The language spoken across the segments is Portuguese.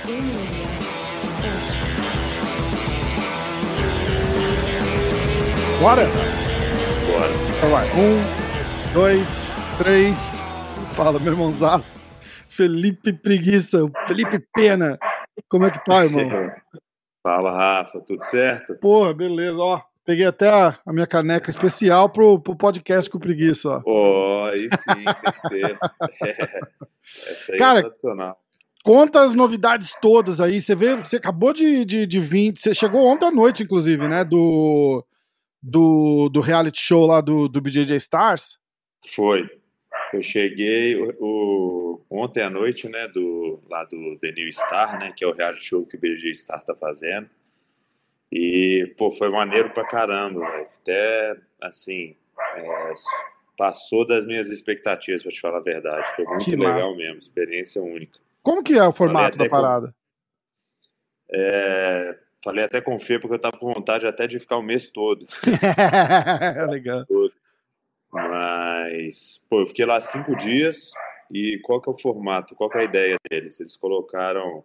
Bora? Bora. Então vai. 1, 2, 3. Fala, meu irmãozaço. Felipe Preguiça, Felipe Pena. Como é que tá, irmão? Fala, Rafa, tudo certo? Porra, beleza, ó. Peguei até a minha caneca especial pro podcast com Preguiça, ó. Ó, aí sim, tem que ter. Essa aí Cara, é tradicional. Conta as novidades todas aí. Você acabou de vir. Você chegou ontem à noite, inclusive, né? Do reality show lá do BJJ Stars. Foi. Eu cheguei ontem à noite, né? Lá do The New Star, né? Que é o reality show que o BJJ Star tá fazendo. E, pô, foi maneiro pra caramba, velho. Até, assim, passou das minhas expectativas, pra te falar a verdade. Foi muito legal mesmo, experiência única. Como que é o formato da parada? Falei até com o Fê, porque eu tava com vontade até de ficar o mês todo. Legal. Mas, pô, eu fiquei lá 5 dias. E qual que é o formato? Qual que é a ideia deles? Eles colocaram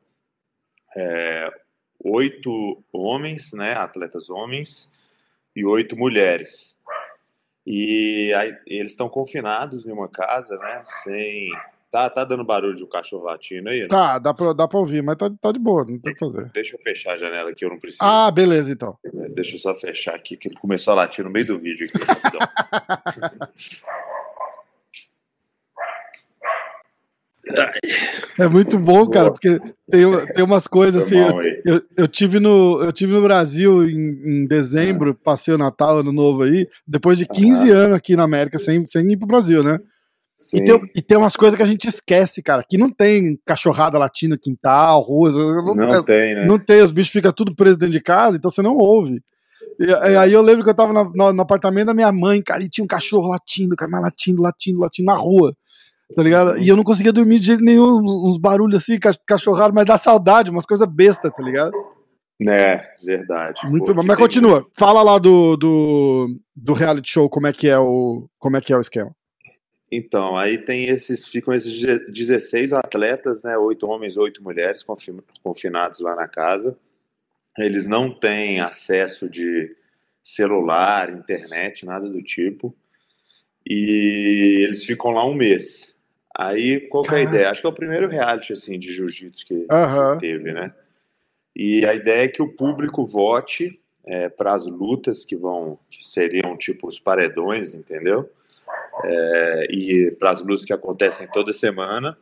8 homens, né, atletas homens, e 8 mulheres. E aí, eles estão confinados em uma casa, né, sem... Tá dando barulho de um cachorro latindo aí, né? Tá, dá pra ouvir, mas tá de boa, não tem o que fazer. Deixa eu fechar a janela aqui, eu não preciso. Ah, beleza, então. Deixa eu só fechar aqui, que ele começou a latir no meio do vídeo aqui, rapidão. É muito bom, cara, porque tem umas coisas assim. Eu tive no Brasil em dezembro, passei o Natal, Ano Novo aí, depois de 15 anos aqui na América, sem ir pro Brasil, né? E tem umas coisas que a gente esquece, cara, que não tem cachorrada latindo, quintal, ruas. Não tem, né? Não tem, os bichos ficam tudo presos dentro de casa, então você não ouve. E aí eu lembro que eu tava no apartamento da minha mãe, cara, e tinha um cachorro latindo, cara, mas latindo na rua. Tá ligado? E eu não conseguia dormir de jeito nenhum, uns barulhos assim, cachorrado, mas dá saudade, umas coisas bestas, tá ligado? Verdade. Muito bom. Mas continua, fala lá do reality show, como é que é o esquema. Então, aí ficam esses 16 atletas, né, 8 homens, 8 mulheres, confinados lá na casa. Eles não têm acesso de celular, internet, nada do tipo. E eles ficam lá um mês. Aí, qual que é a ideia? Acho que é o primeiro reality, assim, de jiu-jitsu que teve, né? E a ideia é que o público vote para as lutas que seriam, tipo, os paredões, entendeu? E para as lutas que acontecem toda semana.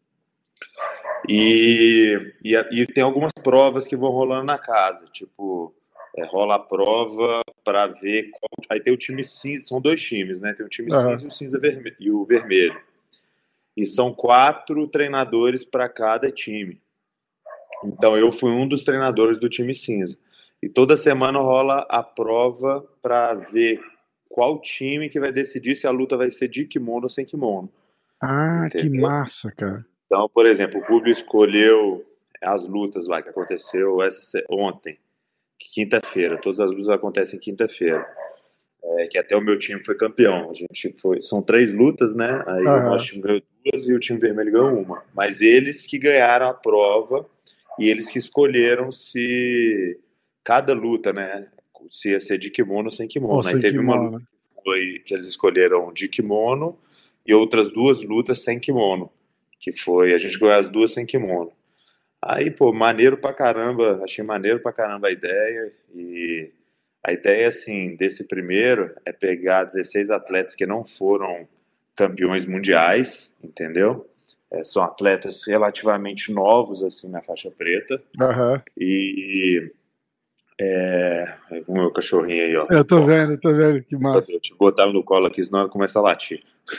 E tem algumas provas que vão rolando na casa, tipo... rola a prova para ver qual... Aí tem o time cinza, são 2 times, né? Tem o time cinza e o cinza e o vermelho. E são 4 treinadores para cada time. Então eu fui um dos treinadores do time cinza. E toda semana rola a prova para ver qual time que vai decidir se a luta vai ser de kimono ou sem kimono. Ah, entendeu? Que massa, cara. Então, por exemplo, o público escolheu as lutas lá que aconteceu ontem. Quinta-feira, todas as lutas acontecem quinta-feira. Que até o meu time foi campeão. São 3 lutas, né? Aí o nosso time ganhou 2 e o time vermelho ganhou 1. Mas eles que ganharam a prova e eles que escolheram se cada luta, né? Se ia ser de kimono ou sem kimono. Aí teve uma luta que eles escolheram de kimono e outras 2 lutas sem kimono. A gente ganhou as 2 sem kimono. Aí, pô, maneiro pra caramba, achei maneiro pra caramba a ideia. E a ideia, assim, desse primeiro é pegar 16 atletas que não foram campeões mundiais, entendeu? São atletas relativamente novos, assim, na faixa preta. E... o meu cachorrinho aí, ó. Eu tô vendo, que massa. Eu te botar no colo aqui, senão ela começa a latir.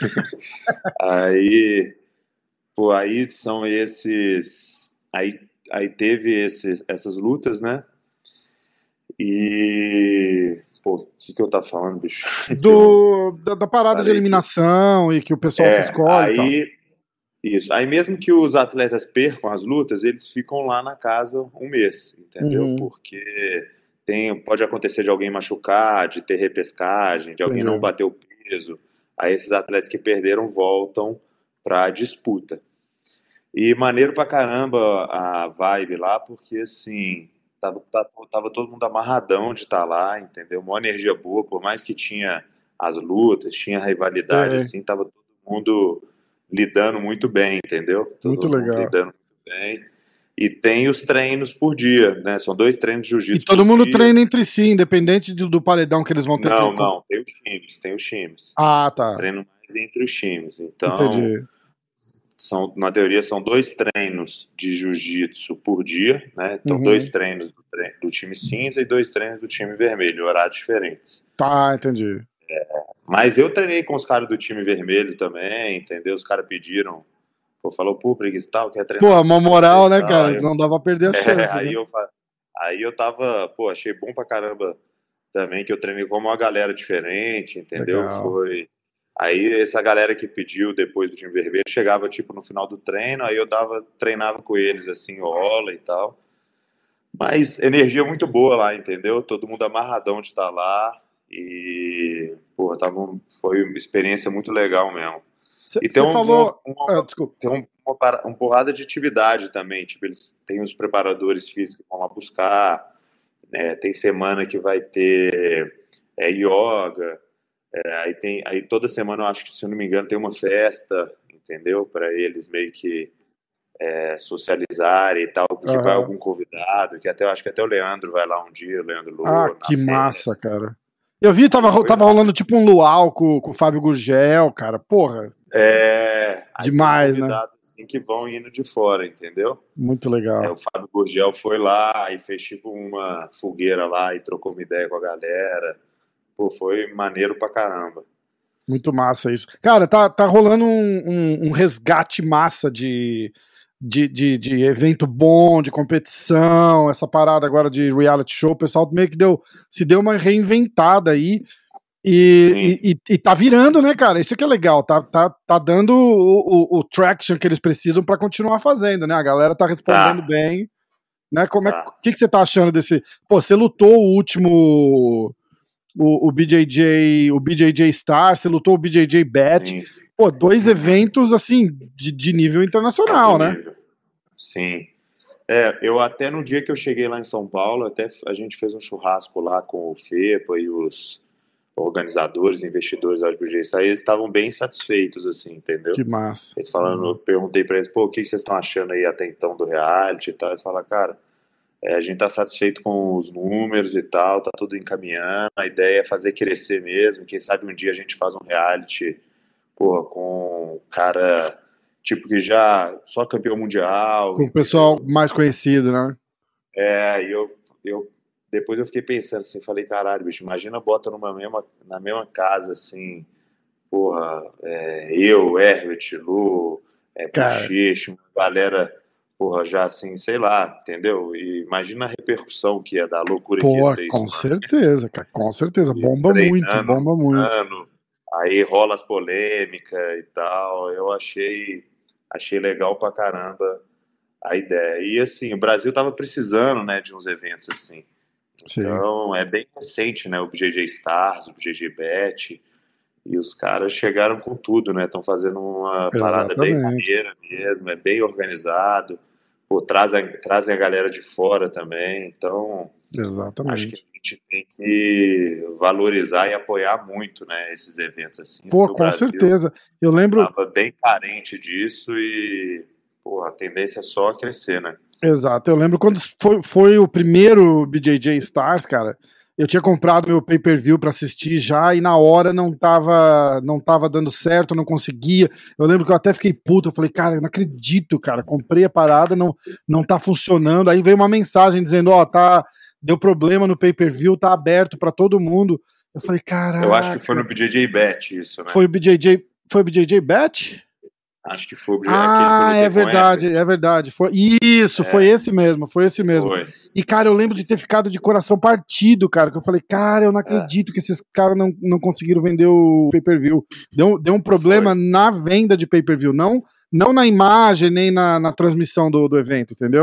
Aí são esses... Aí teve essas lutas, né? E... Pô, o que eu tava falando, bicho? Da parada de eliminação e que o pessoal que escolhe e tal. Isso. Aí mesmo que os atletas percam as lutas, eles ficam lá na casa um mês, entendeu? Porque pode acontecer de alguém machucar, de ter repescagem, de alguém não bater o peso. Aí esses atletas que perderam voltam pra disputa. E maneiro pra caramba a vibe lá, porque assim, tava todo mundo amarradão de estar lá, entendeu? Uma energia boa, por mais que tinha as lutas, tinha rivalidade, É, assim, tava todo mundo lidando muito bem, entendeu? muito Todo mundo legal. lidando muito bem. E tem os treinos por dia, né? São 2 treinos de E jiu-jitsu todo por mundo dia. treina entre si, independente do paredão que eles vão ter que. Não, tem os times, tem os times. Ah, Eles tá. treinam mais entre os times. Então, Entendi. na teoria, são 2 treinos de jiu-jitsu por dia, né? Então, 2 Uhum. treinos do time cinza e 2 treinos do time vermelho, horários diferentes. Tá, entendi. Mas eu treinei com os caras do time vermelho também, entendeu? Os caras pediram, pô, falou, pô, preguiça e tal, quer treinar Pô, uma com você e moral, né, tal. cara? Não dá pra perder a É, chance, né? aí eu tava, pô, achei bom pra caramba também, que eu treinei com uma galera diferente, entendeu? Legal. Foi. Aí essa galera que pediu depois do time vermelho chegava tipo no final do treino, aí eu treinava com eles assim, ola e tal. Mas energia muito boa lá, entendeu? Todo mundo amarradão de estar lá e, pô, foi uma experiência muito legal mesmo. E tem Você falou. Ah, desculpa. uma porrada de atividade também, tipo, eles têm os preparadores físicos que vão lá buscar, né? Tem semana que vai ter yoga, aí toda semana eu acho que, se eu não me engano, tem uma festa, entendeu? Para eles meio que socializarem e tal, porque vai Aham. algum convidado, que até eu acho que até o Leandro vai lá um dia, o Leandro Ah, Lô, na que massa, festa. cara. Eu vi, Aí foi tava lá. rolando tipo um luau com o Fábio Gurgel, cara. Porra, Aí tem uns demais, né? convidados assim que vão indo de fora, entendeu? Muito O legal. Fábio Gurgel foi lá e fez tipo uma fogueira lá e trocou uma ideia com a galera. Pô, foi maneiro pra caramba. Muito massa isso. Cara, tá rolando um resgate massa de evento bom, de competição, essa parada agora de reality show. O pessoal meio que se deu uma reinventada aí. Sim, E tá virando, né, cara? Isso que é legal. Tá dando o traction que eles precisam pra continuar fazendo, né? A galera tá respondendo tá, bem, né? tá. Que você tá achando desse? Pô, você lutou o último, o BJJ Star, você lutou o BJJ Bet. Sim. Pô, 2 Uhum. eventos assim de nível Alto internacional, né? nível. Sim. Eu até no dia que eu cheguei lá em São Paulo, até a gente fez um churrasco lá com o FEPA e os organizadores, investidores da BJJ, aí eles estavam bem satisfeitos, assim, entendeu? Que massa. Eles falando, eu perguntei pra eles, pô, o que vocês estão achando aí até então do reality e tal? Eles falaram, cara, a gente tá satisfeito com os números e tal, tá tudo encaminhando, a ideia é fazer crescer mesmo, quem sabe um dia a gente faz um reality, porra, com um cara, tipo, que já só campeão mundial, Com o pessoal entendeu? mais conhecido, né? E eu depois eu fiquei pensando assim, falei, caralho, bicho, imagina bota na mesma casa, assim, porra, eu, Herbert, Lu, Cara, Bochecha, uma galera, porra, já assim, sei lá, entendeu? E imagina a repercussão que ia dar, a loucura que ia pô, ser com isso, mano. certeza, cara, com certeza. E Bomba muito, treinando, bomba muito. lutando, aí rola as polêmicas e tal, eu achei legal pra caramba a ideia. E assim, o Brasil tava precisando, né, de uns eventos assim. Sim. Então, é bem recente, né, o BJJ Stars, o BJJ Bet, e os caras chegaram com tudo, né? Estão fazendo uma parada bem Exatamente, maneira mesmo, é bem organizado. Pô, trazem a galera de fora também. Então, acho que a exatamente. gente tem que valorizar e apoiar muito, né, esses eventos assim, Pô, porque o com Brasil certeza. Eu lembro, estava bem carente disso e, pô, a tendência é só crescer, né? exato, eu lembro quando foi o primeiro BJJ Stars, cara. Eu tinha comprado meu pay-per-view pra assistir já e na hora não tava dando certo, não conseguia. Eu lembro que eu até fiquei puto, eu falei, cara, eu não acredito, cara, comprei a parada, não tá funcionando. Aí veio uma mensagem dizendo, ó, deu problema no pay-per-view, tá aberto pra todo mundo. Eu falei, Eu acho que foi caraca, no BJJ Bet isso, né? foi o BJJ, foi o BJJ Bet? Acho que foi aquele que eu Ah, lutei com o Herbert. é verdade. Isso, foi É, esse mesmo, foi esse mesmo. foi. E, cara, eu lembro de ter ficado de coração partido, cara, que eu falei, cara, eu não É, acredito que esses caras não conseguiram vender o pay-per-view. Deu um problema foi. na venda de pay-per-view, não na imagem, nem na transmissão do evento, entendeu?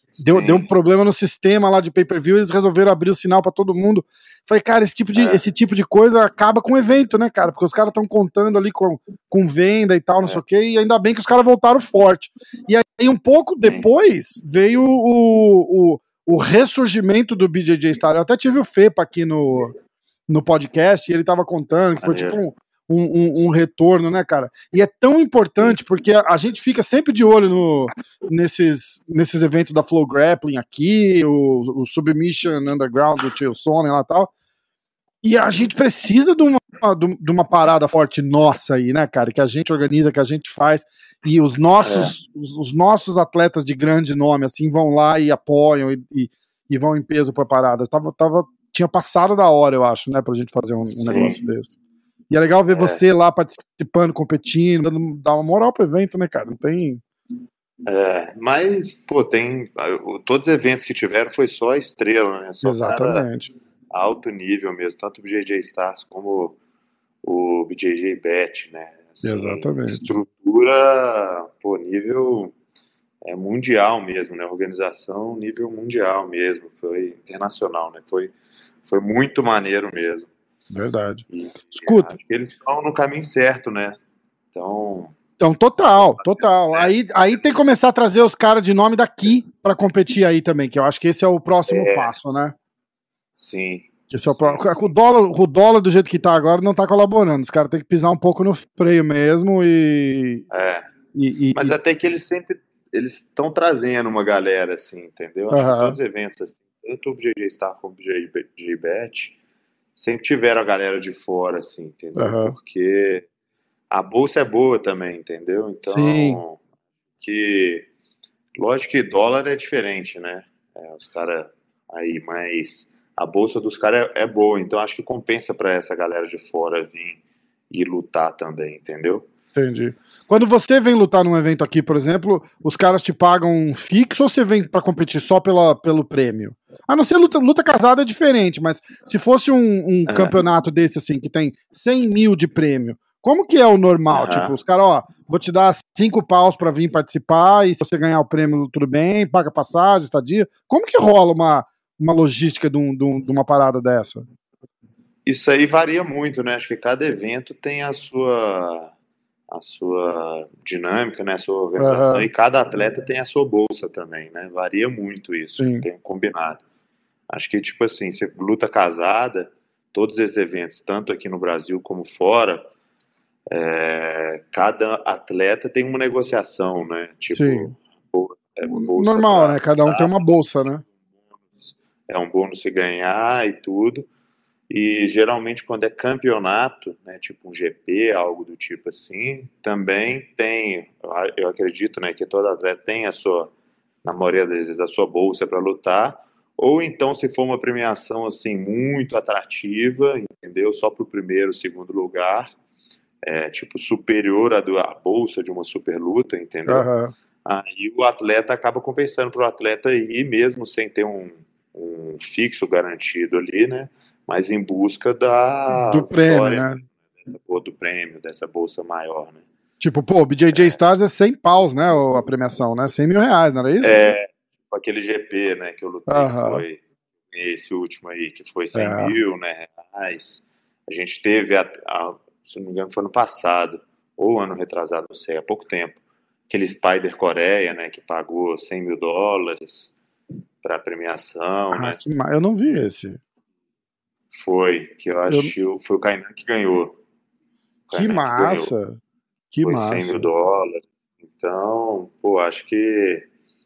Deu um problema no sistema lá de pay-per-view, eles resolveram abrir o sinal pra todo mundo. Falei, cara, esse tipo de coisa acaba com o evento, né, cara? Porque os caras estão contando ali com venda e tal, não sei o quê, e ainda bem que os caras voltaram forte. E aí, um pouco depois, veio o ressurgimento do BJJ Star. Eu até tive o Fepa aqui no podcast, e ele tava contando que foi tipo um retorno, né, cara? E é tão importante, porque a gente fica sempre de olho nesses eventos da Flow Grappling aqui, o Submission Underground do Chael Sonnen lá e tal, e a gente precisa de uma parada forte nossa aí, né, cara? Que a gente organiza, que a gente faz, e os nossos atletas de grande nome, assim, vão lá e apoiam e vão em peso pra parada. Tinha passado da hora, eu acho, né, pra gente fazer um negócio desse. E é legal ver você lá participando, competindo, dar uma moral pro evento, né, cara? Não tem... Mas, pô, todos os eventos que tiveram foi só a estrela, né? Só exatamente. Alto nível mesmo, tanto o BJJ Stars como o BJJ Bet, né? Assim, exatamente. Estrutura, pô, nível mundial mesmo, né? Organização nível mundial mesmo, foi internacional, né? Foi muito maneiro mesmo. Verdade. Escuta. Acho que eles estão no caminho certo, né? Então, total. Aí tem que começar a trazer os caras de nome daqui pra competir aí também, que eu acho que esse é o próximo passo, né? Sim. Esse é o dólar do jeito que tá agora não tá colaborando. Os caras têm que pisar um pouco no freio mesmo mas até que eles estão trazendo uma galera, assim, entendeu? Acho que todos os eventos, assim, tanto o BJJ Star como o BJJ Bet, sempre tiveram a galera de fora, assim, entendeu? Porque a bolsa é boa também, entendeu? Então, lógico que dólar é diferente, né? Os caras aí, mas a bolsa dos caras é boa, então acho que compensa pra essa galera de fora vir e lutar também, entendeu? Entendi. Quando você vem lutar num evento aqui, por exemplo, os caras te pagam fixo ou você vem pra competir só pelo prêmio? A não ser luta casada é diferente, mas se fosse um campeonato desse assim, que tem 100 mil de prêmio, como que é o normal? Tipo, os caras, vou te dar 5 paus pra vir participar e se você ganhar o prêmio, tudo bem, paga passagem, estadia. Como que rola uma logística de uma parada dessa? Isso aí varia muito, né? Acho que cada evento tem a sua dinâmica, né, a sua organização, e cada atleta tem a sua bolsa também, né, varia muito isso, tem um combinado. Acho que, tipo assim, você luta casada, todos esses eventos, tanto aqui no Brasil como fora, cada atleta tem uma negociação, né, tipo, bolsa normal, né, cada um tem uma bolsa, né. É um bônus se ganhar e tudo. E geralmente quando é campeonato, né, tipo um GP, algo do tipo assim, também tem, eu acredito, né, que todo atleta tem na maioria das vezes, a sua bolsa para lutar, ou então se for uma premiação assim muito atrativa, entendeu, só para o primeiro, segundo lugar, tipo superior à bolsa de uma super luta, entendeu? Aí o atleta acaba compensando para o atleta ir mesmo sem ter um fixo garantido ali, né? Mas em busca do prêmio, né? Do prêmio, dessa bolsa maior, né? Tipo, pô, o BJJ Stars é 100 paus, né? A premiação, né? 100 mil reais, não era isso? Tipo aquele GP, né? Que eu lutei, que foi esse último aí, que foi 100 mil, né, reais. A gente teve, se não me engano, foi ano passado, ou ano retrasado, não sei, há pouco tempo. Aquele Spider Coreia, né? Que pagou $100 mil pra premiação, né? Eu não vi esse. Foi, que eu acho que foi o Kainan que ganhou. Que massa! Que foi massa. $100 mil. Então, pô, acho que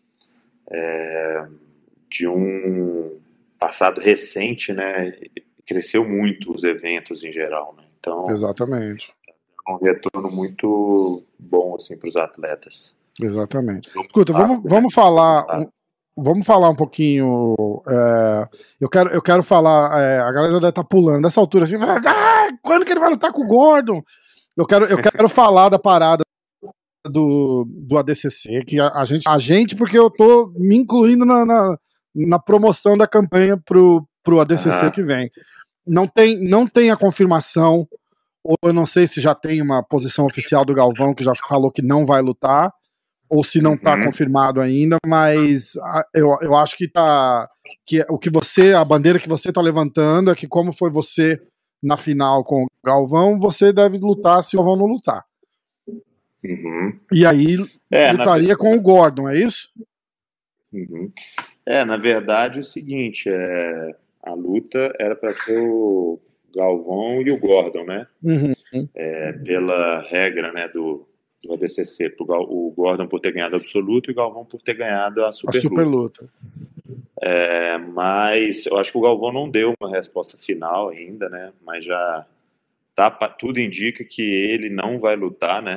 de um passado recente, né, cresceu muito os eventos em geral, né? Então, exatamente. É um retorno muito bom, assim, para os atletas. Exatamente. Escuta, vamos falar... Vamos falar um pouquinho. Eu quero falar. A galera já deve estar pulando nessa altura assim. Quando que ele vai lutar com o Gordon? Eu quero falar da parada do ADCC, que a gente, porque eu tô me incluindo na promoção da campanha pro ADCC que vem. Não tem a confirmação, ou eu não sei se já tem uma posição oficial do Galvão que já falou que não vai lutar. ou se não está confirmado ainda, mas eu acho que a bandeira que você está levantando é que, como foi você na final com o Galvão, você deve lutar se o Galvão não lutar. E aí lutaria com o Gordon, é isso? Na verdade, é o seguinte, a luta era para ser o Galvão e o Gordon, né? Pela regra, né, do ADCC, o Gordon por ter ganhado absoluto e o Galvão por ter ganhado a super luta. Mas eu acho que o Galvão não deu uma resposta final ainda, né? Mas já tudo indica que ele não vai lutar, né?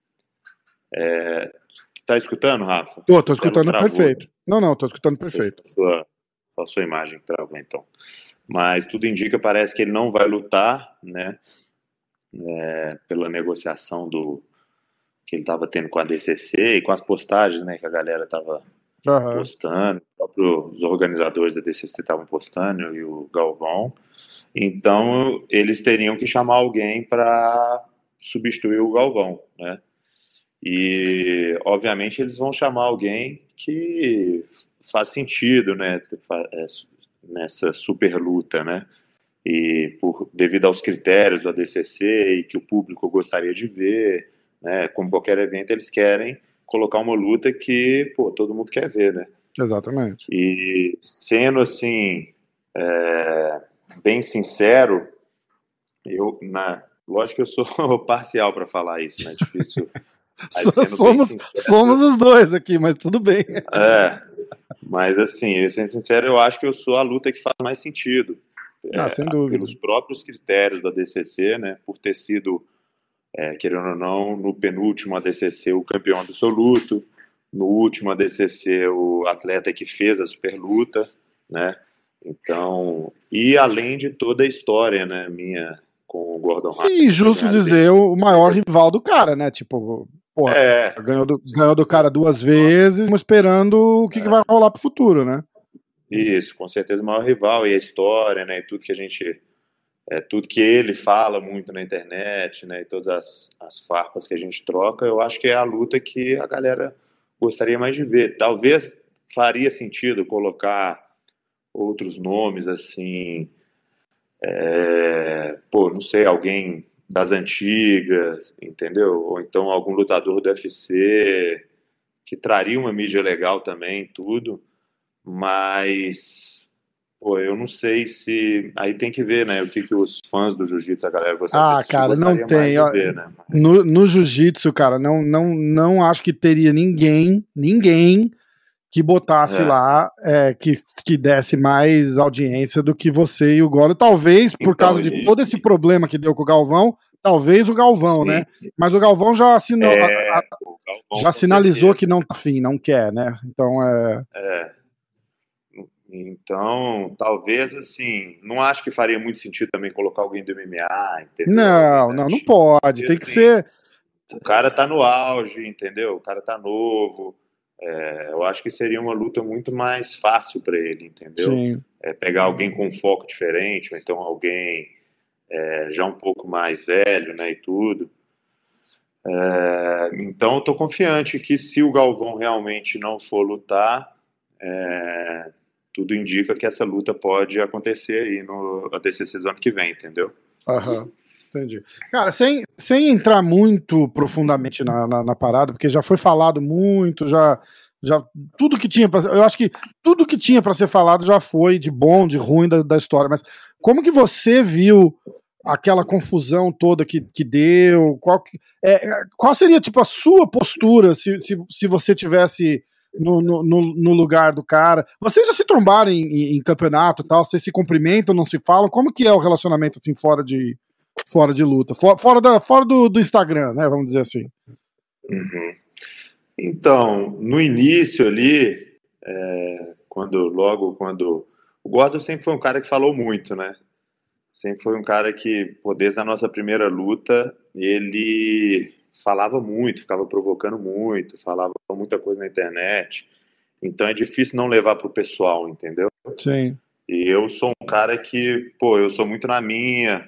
Tá escutando, Rafa? Tô escutando perfeito. Não, tô escutando perfeito. Só a sua imagem que travou, então. Mas tudo indica, parece que ele não vai lutar, né? Pela negociação que ele estava tendo com a DCC e com as postagens, né, que a galera estava postando, os organizadores da DCC estavam postando e o Galvão. Então eles teriam que chamar alguém para substituir o Galvão, né? E obviamente eles vão chamar alguém que faz sentido, né, nessa super luta, né? E devido aos critérios do ADCC e que o público gostaria de ver, né, como qualquer evento, eles querem colocar uma luta que, todo mundo quer ver, né? Exatamente. E sendo assim, bem sincero, lógico que eu sou parcial para falar isso, né? Difícil. Somos os dois aqui, mas tudo bem. Mas assim, sendo sincero, eu acho que eu sou a luta que faz mais sentido. Sem dúvida. Pelos próprios critérios do ADCC, né, por ter sido, querendo ou não, no penúltimo ADCC o campeão absoluto, no último ADCC o atleta que fez a super luta, né, então, e além de toda a história, né, minha com o Gordon Ryan. E justo dizer, o maior rival do cara, né, tipo, ganhou do cara 2 vezes, estamos esperando o que vai rolar pro futuro, né. Isso, com certeza o maior rival, e a história, né, e tudo que a gente, tudo que ele fala muito na internet, né, e todas as farpas que a gente troca, eu acho que é a luta que a galera gostaria mais de ver. Talvez faria sentido colocar outros nomes, assim, não sei, alguém das antigas, entendeu? Ou então algum lutador do UFC, que traria uma mídia legal também, tudo. Mas, eu não sei se... Aí tem que ver, né, o que os fãs do jiu-jitsu, a galera gostaria de assistir, cara, não tem. Mais de ver, né? No jiu-jitsu, cara, não acho que teria ninguém que botasse lá, que desse mais audiência do que você e o Gordon. Talvez, por causa de todo esse problema que deu com o Galvão, talvez o Galvão, né? Mas o Galvão já assinou, já sinalizou que não tá afim, não quer, né? Então Então, talvez, assim, não acho que faria muito sentido também colocar alguém do MMA, entendeu? Não pode, tem que ser... O cara tá no auge, entendeu? O cara tá novo, eu acho que seria uma luta muito mais fácil para ele, entendeu? Sim. Pegar alguém com um foco diferente, ou então alguém já um pouco mais velho, né, e tudo. Então, eu tô confiante que se o Galvão realmente não for lutar... tudo indica que essa luta pode acontecer aí no ADCC do ano que vem, entendeu? Entendi. Cara, sem entrar muito profundamente na parada, porque já foi falado muito, já tudo que tinha eu acho que tudo que tinha para ser falado já foi de bom, de ruim da história, mas como que você viu aquela confusão toda que deu? Qual seria, tipo, a sua postura se você tivesse no lugar do cara? Vocês já se trombaram em campeonato e tal? Vocês se cumprimentam, não se falam? Como que é o relacionamento assim fora de luta? Fora do Instagram, né? Vamos dizer assim. Então, no início ali, quando o Gordon sempre foi um cara que falou muito, né? Sempre foi um cara que, desde a nossa primeira luta, ele falava muito, ficava provocando muito, falava muita coisa na internet. Então é difícil não levar pro pessoal, entendeu? Sim. E eu sou um cara que, eu sou muito na minha,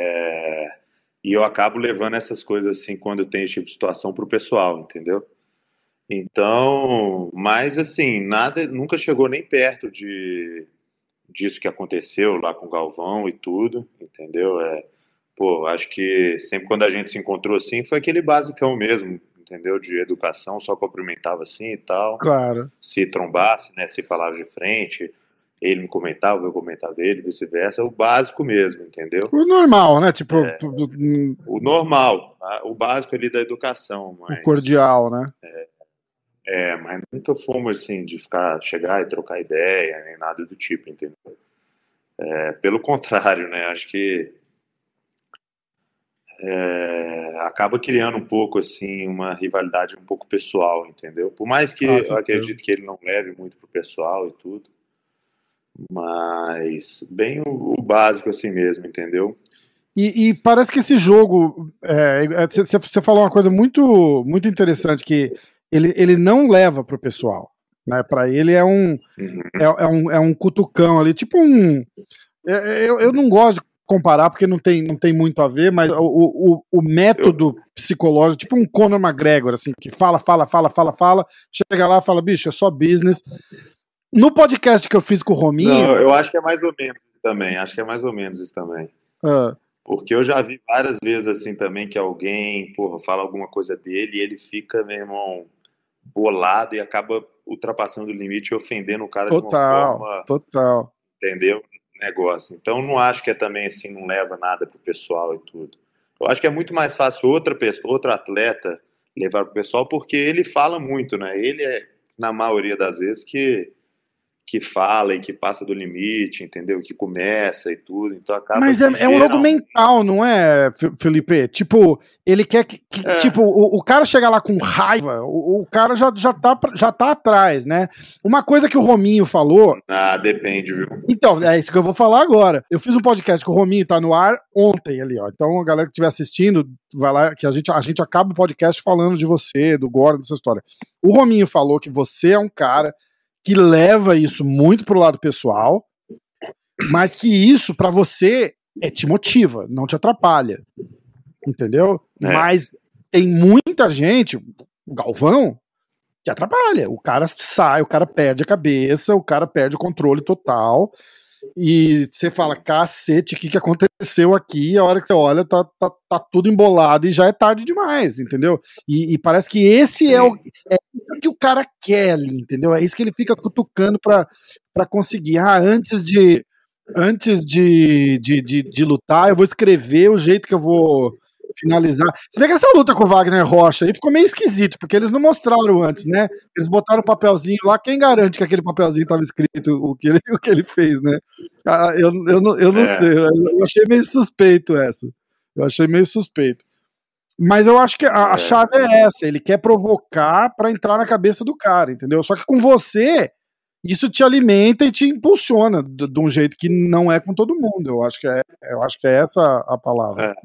e eu acabo levando essas coisas assim, quando tem esse tipo de situação, pro pessoal, entendeu? Então, mas assim, nada, nunca chegou nem perto disso que aconteceu lá com o Galvão e tudo, entendeu? Pô, acho que sempre quando a gente se encontrou assim, foi aquele basicão mesmo, entendeu? De educação, só cumprimentava assim e tal. Claro. Se trombasse, né? Se falava de frente, ele me comentava, eu comentava ele, vice-versa, o básico mesmo, entendeu? O normal, né? Tipo, O normal, o básico ali da educação, o cordial, né? mas nunca fomos assim de chegar e trocar ideia, nem nada do tipo, entendeu? Pelo contrário, né? Acho que acaba criando um pouco assim uma rivalidade um pouco pessoal, entendeu? Por mais que eu acredito que ele não leve muito pro pessoal e tudo, mas bem o básico assim mesmo, entendeu? E parece que esse jogo, você falou uma coisa muito muito interessante, que ele não leva pro pessoal, né? Para ele é um cutucão ali, tipo eu não gosto de comparar porque não tem muito a ver, mas o método psicológico, tipo um Conor McGregor, assim, que fala, chega lá e fala, bicho, é só business. No podcast que eu fiz com o Rominho... Não, eu acho que é mais ou menos isso também, porque eu já vi várias vezes assim também que alguém, porra, fala alguma coisa dele e ele fica, meu irmão, bolado e acaba ultrapassando o limite e ofendendo o cara de uma forma... Total. Entendeu? Negócio. Então não acho que também assim, não leva nada pro pessoal e tudo. Eu acho que é muito mais fácil outro atleta levar pro pessoal, porque ele fala muito, né? Ele na maioria das vezes, que fala e que passa do limite, entendeu? Que começa e tudo, então acaba... Mas é um jogo mental, não é, Felipe? Tipo, ele quer que tipo, o cara chegar lá com raiva, o cara já tá atrás, né? Uma coisa que o Rominho falou... depende, viu? Então, é isso que eu vou falar agora. Eu fiz um podcast que o Rominho tá no ar ontem ali, ó. Então, a galera que estiver assistindo, vai lá, que a gente acaba o podcast falando de você, do Gordon, dessa história. O Rominho falou que você é um cara que leva isso muito pro lado pessoal, mas que isso para você te motiva, não te atrapalha, entendeu? Mas tem muita gente, o Galvão, que atrapalha. O cara sai, o cara perde a cabeça, o cara perde o controle total, e você fala, cacete, o que aconteceu aqui? A hora que você olha, tá tudo embolado e já é tarde demais, entendeu? E parece que esse é o que o cara quer ali, entendeu? É isso que ele fica cutucando pra conseguir. Antes de lutar, eu vou escrever o jeito que eu vou finalizar. Se bem que essa luta com o Wagner Rocha aí ficou meio esquisito, porque eles não mostraram antes, né? Eles botaram o papelzinho lá, quem garante que aquele papelzinho tava escrito o que ele fez, né? Eu não sei, eu achei meio suspeito essa. Eu achei meio suspeito. Mas eu acho que a chave é essa, ele quer provocar pra entrar na cabeça do cara, entendeu? Só que com você, isso te alimenta e te impulsiona de um jeito que não é com todo mundo. Eu acho que é essa a palavra.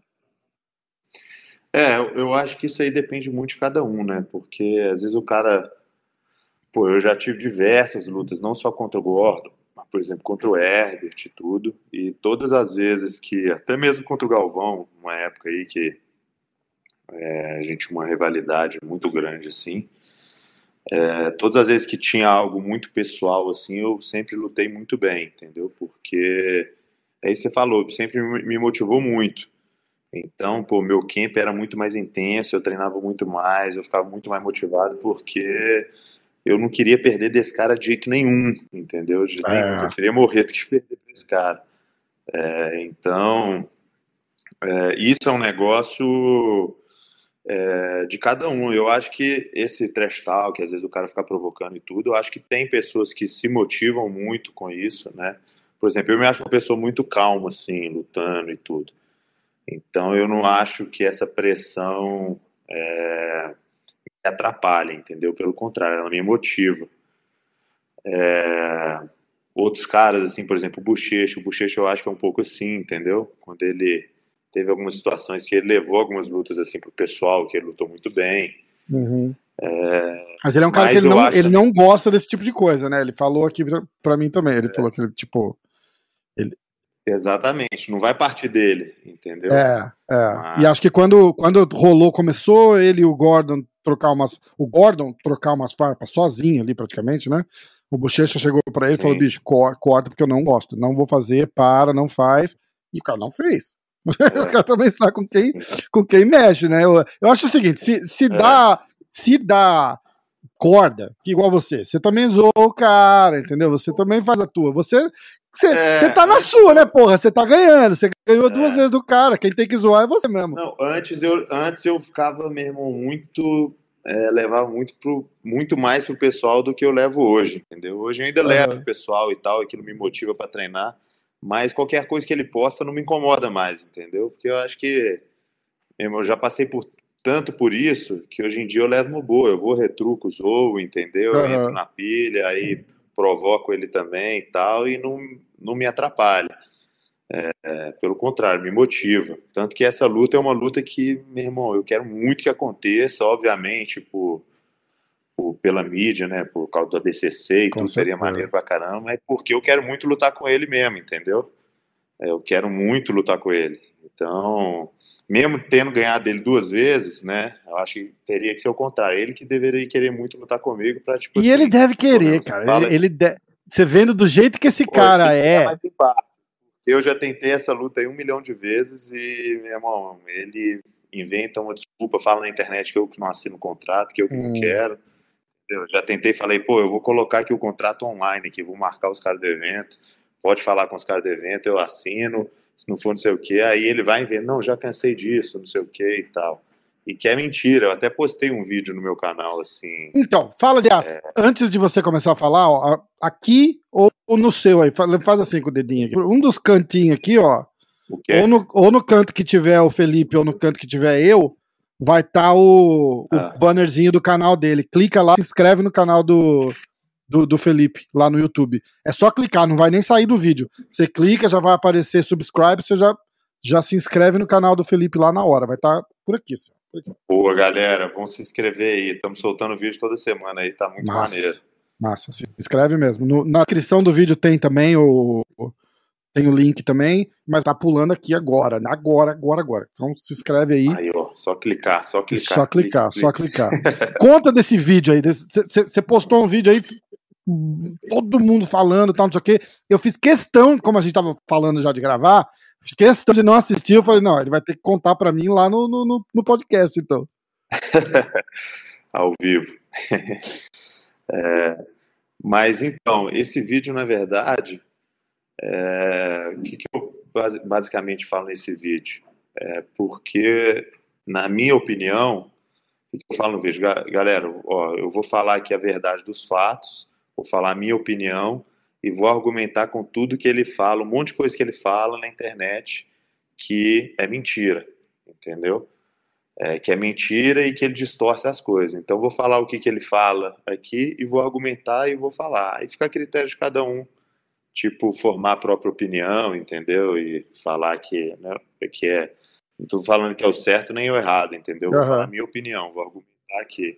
Eu acho que isso aí depende muito de cada um, né? Porque às vezes o cara... Pô, eu já tive diversas lutas, não só contra o Gordon, mas, por exemplo, contra o Herbert e tudo. E todas as vezes que... Até mesmo contra o Galvão, uma época aí que a gente tinha uma rivalidade muito grande, assim. Todas as vezes que tinha algo muito pessoal, assim, eu sempre lutei muito bem, entendeu? Porque... Aí você falou, sempre me motivou muito. Então, pô, meu camp era muito mais intenso, eu treinava muito mais, eu ficava muito mais motivado, porque eu não queria perder desse cara de jeito nenhum, entendeu? De jeito nenhum, eu preferia morrer do que perder desse cara. Então, isso é um negócio de cada um. Eu acho que esse trash talk, às vezes o cara fica provocando e tudo, eu acho que tem pessoas que se motivam muito com isso, né? Por exemplo, eu me acho uma pessoa muito calma, assim, lutando e tudo. Então eu não acho que essa pressão me atrapalha, entendeu? Pelo contrário, ela me motiva. Outros caras, assim, por exemplo, o Bochecha eu acho que é um pouco assim, entendeu? Quando ele teve algumas situações que ele levou algumas lutas assim pro pessoal, que ele lutou muito bem. Uhum. Mas ele é um cara que ele não gosta desse tipo de coisa, né? Ele falou aqui pra mim também, ele falou que Exatamente, não vai partir dele, entendeu? E acho que quando começou ele e o Gordon o Gordon trocar umas farpas sozinho ali, praticamente, né? O Bochecha chegou pra ele e falou, bicho, corta porque eu não gosto, não vou fazer, não faz, e o cara não fez. O cara também sabe com quem mexe, né? Eu acho o seguinte, se dá corda, que igual você também zoou o cara, entendeu? Você também faz a tua, você tá na sua, né, porra? Você tá ganhando, você ganhou 2 vezes do cara, quem tem que zoar é você mesmo. Não, antes eu ficava, meu irmão, levava muito mais pro pessoal do que eu levo hoje, entendeu? Hoje eu ainda levo pro pessoal e tal, aquilo me motiva pra treinar, mas qualquer coisa que ele posta não me incomoda mais, entendeu? Porque eu acho que, meu irmão, eu já passei tanto por isso, que hoje em dia eu levo no boa, eu vou, retruco, zoo, entendeu? Eu entro na pilha, aí provoco ele também e tal, e não me atrapalha. Pelo contrário, me motiva. Tanto que essa luta é uma luta que, meu irmão, eu quero muito que aconteça, obviamente, pela mídia, né? Por causa do ADCC e tudo, seria maneiro pra caramba, mas porque eu quero muito lutar com ele mesmo, entendeu? Eu quero muito lutar com ele. Então, mesmo tendo ganhado dele 2 vezes, né? Eu acho que teria que ser o contrário. Ele que deveria querer muito lutar comigo pra, tipo, e assim, ele deve querer, cara. Você vendo do jeito que esse cara é. Eu já tentei essa luta aí 1 milhão de vezes e, meu irmão, ele inventa uma desculpa, fala na internet que eu que não assino o contrato, que eu que não quero. Eu já tentei, falei, eu vou colocar aqui o contrato online, aqui, vou marcar os caras do evento, pode falar com os caras do evento, eu assino, se não for não sei o que, aí ele vai ver, não, já cansei disso, não sei o que e tal. E que é mentira, eu até postei um vídeo no meu canal, assim... Então, fala de antes de você começar a falar, ó, aqui ou no seu aí, faz assim com o dedinho aqui, um dos cantinhos aqui, ó, ou no canto que tiver o Felipe ou no canto que tiver eu, vai estar o bannerzinho do canal dele, clica lá, se inscreve no canal do Felipe, lá no YouTube. É só clicar, não vai nem sair do vídeo. Você clica, já vai aparecer subscribe, você já se inscreve no canal do Felipe lá na hora, vai estar por aqui, senhor. Boa, galera, vamos se inscrever aí. Estamos soltando vídeo toda semana aí, tá muito maneiro. Massa, se inscreve mesmo. Na descrição do vídeo tem também tem o link também, mas tá pulando aqui agora. Agora. Então se inscreve aí. Aí, ó, só clicar. Só clicar. Conta desse vídeo aí. Você postou um vídeo aí, todo mundo falando, tal, não sei o quê. Eu fiz questão, como a gente tava falando já de gravar, fiz questão de não assistir. Eu falei, não, ele vai ter que contar pra mim lá no podcast, então. Ao vivo. Mas então, esse vídeo, na verdade, o que eu basicamente falo nesse vídeo? Porque, na minha opinião, o que eu falo no vídeo? Galera, ó, eu vou falar aqui a verdade dos fatos, vou falar a minha opinião e vou argumentar com tudo que ele fala, um monte de coisa que ele fala na internet que é mentira, entendeu? Que é mentira e que ele distorce as coisas. Então vou falar o que ele fala aqui e vou argumentar e vou falar. Aí fica a critério de cada um, tipo, formar a própria opinião, entendeu? E falar que, né, não estou falando que é o certo nem o errado, entendeu? Vou falar a minha opinião, vou argumentar aqui.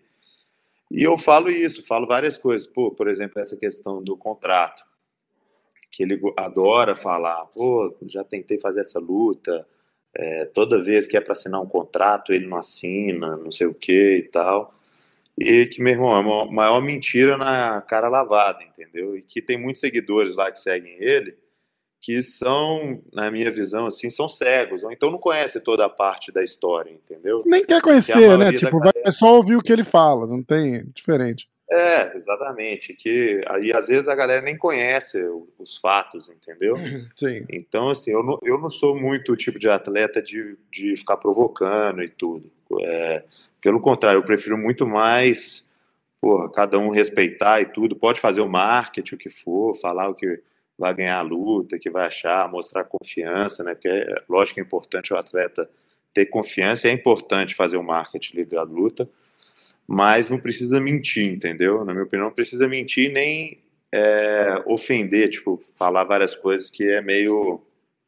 E eu falo várias coisas. Por exemplo, essa questão do contrato, que ele adora falar, já tentei fazer essa luta, toda vez que é para assinar um contrato, ele não assina, não sei o que e tal. E que, meu irmão, é a maior mentira na cara lavada, entendeu? E que tem muitos seguidores lá que seguem ele, que são, na minha visão, assim, são cegos, ou então não conhecem toda a parte da história, entendeu? Nem quer conhecer, né? Tipo, vai só ouvir o que ele fala, não tem diferente. Exatamente, que aí às vezes a galera nem conhece os fatos, entendeu? Sim. Então, assim, eu não sou muito o tipo de atleta de ficar provocando e tudo. Pelo contrário, eu prefiro muito mais, cada um respeitar e tudo, pode fazer o marketing, o que for, falar o que vai ganhar a luta, que vai achar, mostrar confiança, né? Porque lógico que é importante o atleta ter confiança, é importante fazer o marketing da luta, mas não precisa mentir, entendeu? Na minha opinião, não precisa mentir nem ofender, tipo, falar várias coisas que é meio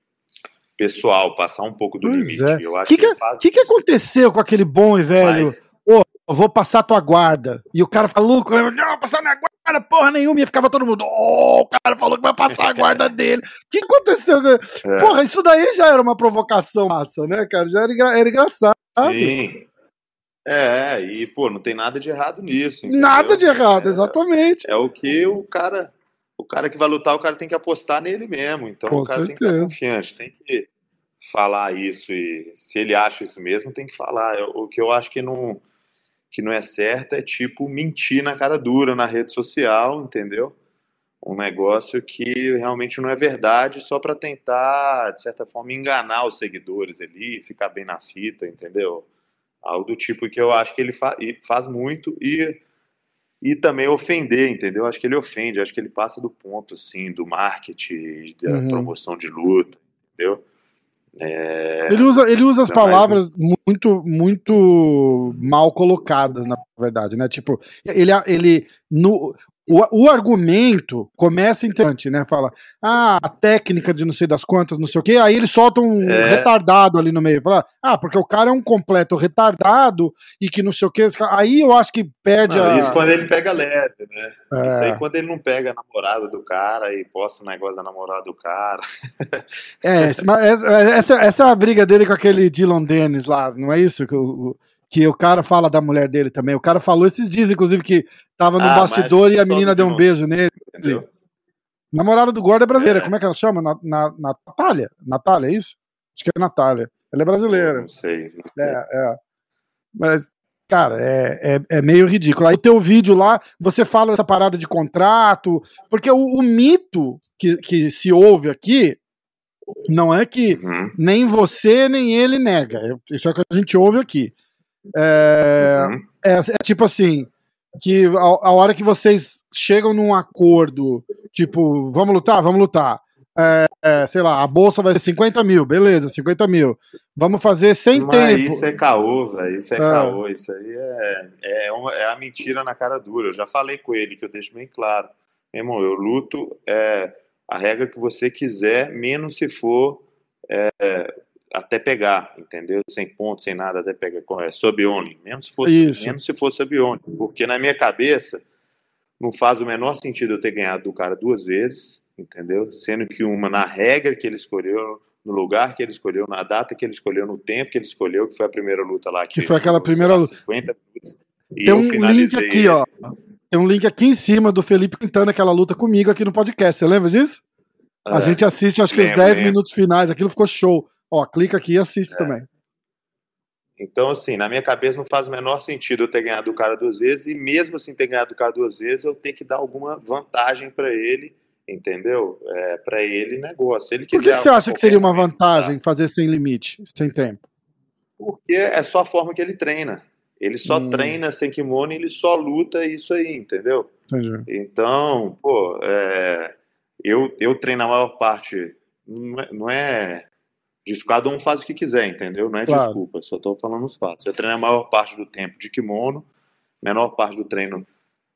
pessoal, passar um pouco do limite. Eu acho que aconteceu com aquele bom e velho? Eu vou passar tua guarda. E o cara fica louco, não, passar minha guarda, porra nenhuma. E ficava todo mundo, o cara falou que vai passar a guarda dele. O que aconteceu? Porra, isso daí já era uma provocação massa, né, cara? Já era engraçado. Sim. E, pô, não tem nada de errado nisso, Nada entendeu? de errado, exatamente. É o que o cara que vai lutar, o cara tem que apostar nele mesmo. Então o Com cara tem que estar certeza. confiante, tem que falar isso e se ele acha isso mesmo, tem que falar. O que eu acho que não é certo é tipo mentir na cara dura na rede social, entendeu? Um negócio que realmente não é verdade, só para tentar, de certa forma, enganar os seguidores ali, ficar bem na fita, entendeu? Algo do tipo que eu acho que ele faz muito e também ofender, entendeu? Acho que ele ofende, acho que ele passa do ponto, assim, do marketing, da Uhum. promoção de luta, entendeu? Ele usa as Ainda mais no... palavras muito mal colocadas, na verdade, né? Tipo, ele no, o argumento começa interessante, né? Fala, a técnica de não sei das quantas, não sei o quê, aí ele solta um retardado ali no meio. Fala, porque o cara é um completo retardado e que não sei o quê. Aí eu acho que perde Não, isso a. quando ele pega leve, né? Isso aí É, quando ele não pega a namorada do cara e posta o negócio da namorada do cara. mas essa é a briga dele com aquele Dylan Dennis lá, não é isso? Que o cara fala da mulher dele também. O cara falou esses dias, inclusive, que tava no Mas acho que bastidor não e é a só do menina deu um Dylan, beijo nele. entendeu? Namorada do Gordo é brasileira. Como É, é que ela chama? Natália? Natália, é isso? Acho que é Natália. Ela é pô, brasileira. não sei, não sei. É. Mas, cara, é meio ridículo. Aí teu vídeo lá, você fala dessa parada de contrato, porque o mito que se ouve aqui não é que Uhum, nem você nem ele nega. Isso é o que a gente ouve aqui. É, uhum. é tipo assim, que a hora que vocês chegam num acordo, tipo, vamos lutar? Vamos lutar. Sei lá, a bolsa vai ser 50 mil, beleza, 50 mil. Vamos fazer sem Mas tempo. isso é caô, velho. Isso é É, caô. Isso aí é a mentira na cara dura. Eu já falei com ele, que eu deixo bem claro. Meu irmão, eu luto a regra que você quiser, menos se for até pegar, entendeu? Sem ponto, sem nada, até pegar. Sub only. isso. Menos se for sub only. Porque na minha cabeça, não faz o menor sentido eu ter ganhado do cara duas vezes, entendeu? Sendo que uma na regra que ele escolheu, no lugar que ele escolheu, na data que ele escolheu, no tempo que ele escolheu, que foi a primeira luta lá Que que foi aquela durou, sei primeira. lá, 50 minutos, e Tem eu um link finalizei aqui, ó. ele. Tem um link aqui em cima do Felipe tentando aquela luta comigo aqui no podcast. Você lembra disso? A gente assiste, acho que os Lembro, 10 lembro. minutos finais. Aquilo ficou show. Ó, clica aqui e assiste também. Então, assim, na minha cabeça não faz o menor sentido eu ter ganhado o cara duas vezes, e mesmo assim ter ganhado o cara duas vezes, eu ter que dar alguma vantagem para ele, entendeu? Para ele, negócio. Se ele Por que quiser você a acha que seria qualquer uma momento lutar, vantagem fazer sem limite, sem tempo? porque é só a forma que ele treina. Ele só treina sem kimono e ele só luta isso aí, entendeu? Entendi. Então, pô, eu treino a maior parte. Não é disso, cada um faz o que quiser, entendeu? Não é Claro. desculpa, só tô falando os fatos. Eu treino a maior parte do tempo de kimono, menor parte do treino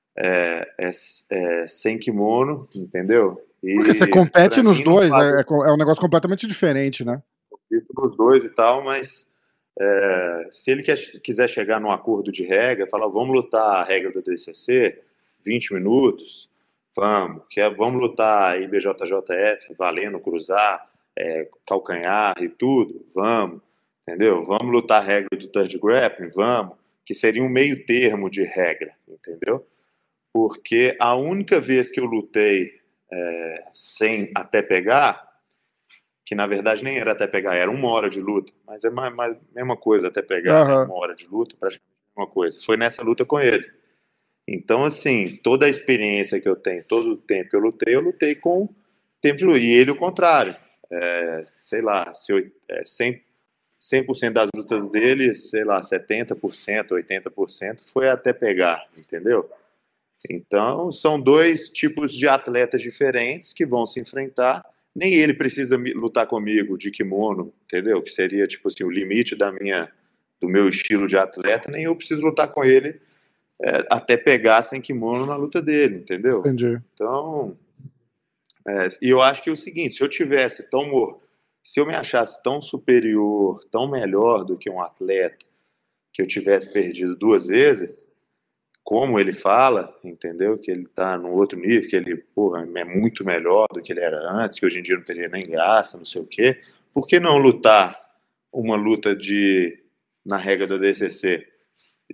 é sem kimono, entendeu? Porque você E compete pra nos mim não dois, faz é um negócio completamente diferente, né? sentido nos dois e tal, mas se ele quiser chegar num acordo de regra, falar, vamos lutar a regra do DCC, 20 minutos, vamos. Vamos lutar IBJJF, valendo, cruzar, calcanhar e tudo, vamos. Entendeu? Vamos lutar a regra do third grappling, vamos. Que seria um meio termo de regra, entendeu? Porque a única vez que eu lutei sem até pegar, que na verdade nem era até pegar, era uma hora de luta, mas é mais mesma coisa até pegar, né? Aham. Uma hora de luta, praticamente a mesma coisa. Foi nessa luta com ele. Então, assim, toda a experiência que eu tenho, todo o tempo que eu lutei com tempo de luta. E ele o contrário. Sei lá, se eu, 100% das lutas dele, sei lá, 70%, 80% foi até pegar, entendeu? Então, são dois tipos de atletas diferentes que vão se enfrentar. Nem ele precisa lutar comigo de kimono, entendeu? Que seria, tipo assim, o limite do meu estilo de atleta. Nem eu preciso lutar com ele até pegar sem kimono na luta dele, entendeu? Entendi. Então, e eu acho que é o seguinte, se eu me achasse tão superior, tão melhor do que um atleta que eu tivesse perdido duas vezes, como ele fala, entendeu? Que ele tá num outro nível, que ele, porra, é muito melhor do que ele era antes, que hoje em dia não teria nem graça, não sei o quê. Por que não lutar uma luta na regra do DCC?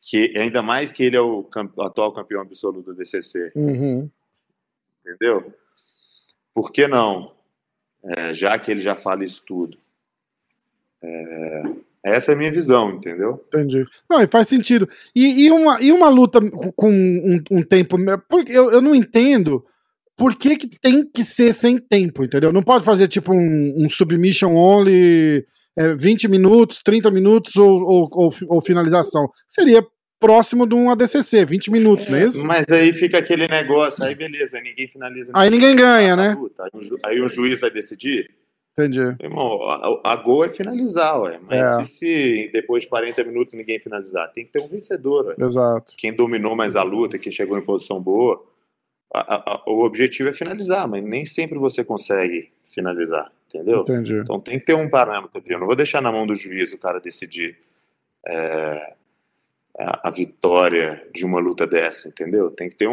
que ainda mais que ele é o atual campeão absoluto do DCC. Entendeu? Por que não? Já que ele já fala isso tudo. Essa é a minha visão, entendeu? Entendi. Não, e faz sentido. E uma luta com um tempo... Porque eu não entendo por que tem que ser sem tempo, entendeu? Não pode fazer tipo um submission only, 20 minutos, 30 minutos ou finalização. Seria próximo de um ADCC, 20 minutos, não é isso? Mas aí fica aquele negócio, aí beleza, ninguém finaliza. Aí ninguém ganha, né? Aí o juiz vai decidir. Entendi. Irmão, a gol é finalizar, ué. Mas se depois de 40 minutos ninguém finalizar? Tem que ter um vencedor, ué. Exato. Quem dominou mais a luta, quem chegou em posição boa, o objetivo é finalizar, mas nem sempre você consegue finalizar, entendeu? Entendi. Então tem que ter um parâmetro ali. Eu não vou deixar na mão do juiz o cara decidir a vitória de uma luta dessa, entendeu? Tem que ter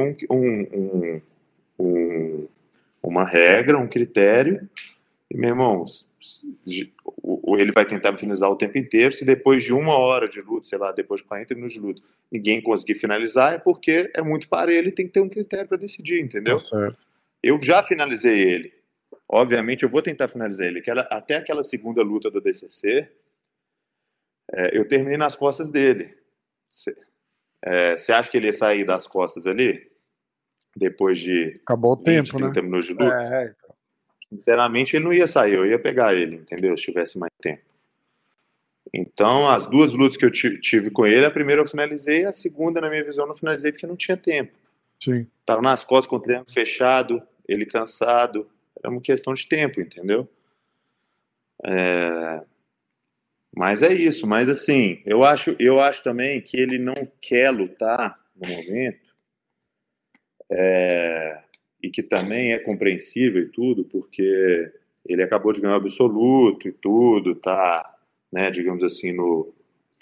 uma regra, um critério. E, meu irmão, ele vai tentar finalizar o tempo inteiro. Se depois de 1 hora de luta, sei lá, depois de 40 minutos de luta, ninguém conseguir finalizar, é porque é muito parelho e tem que ter um critério para decidir, entendeu? Tá certo. Eu já finalizei ele. Obviamente, eu vou tentar finalizar ele. Até aquela segunda luta do DCC, eu terminei nas costas dele. Você acha que ele ia sair das costas ali? Depois de acabou o 20, tempo, 30 né? minutos de luta? Sinceramente, ele não ia sair, eu ia pegar ele, entendeu? Se tivesse mais tempo. Então, as 2 lutas que eu tive com ele, a primeira eu finalizei, a segunda, na minha visão, eu não finalizei porque não tinha tempo. Sim. Tava nas costas com o triângulo fechado, ele cansado. Era uma questão de tempo, entendeu? Mas é isso. Mas, assim, eu acho também que ele não quer lutar no momento. E que também é compreensível e tudo, porque ele acabou de ganhar o absoluto e tudo, tá, né, digamos assim, no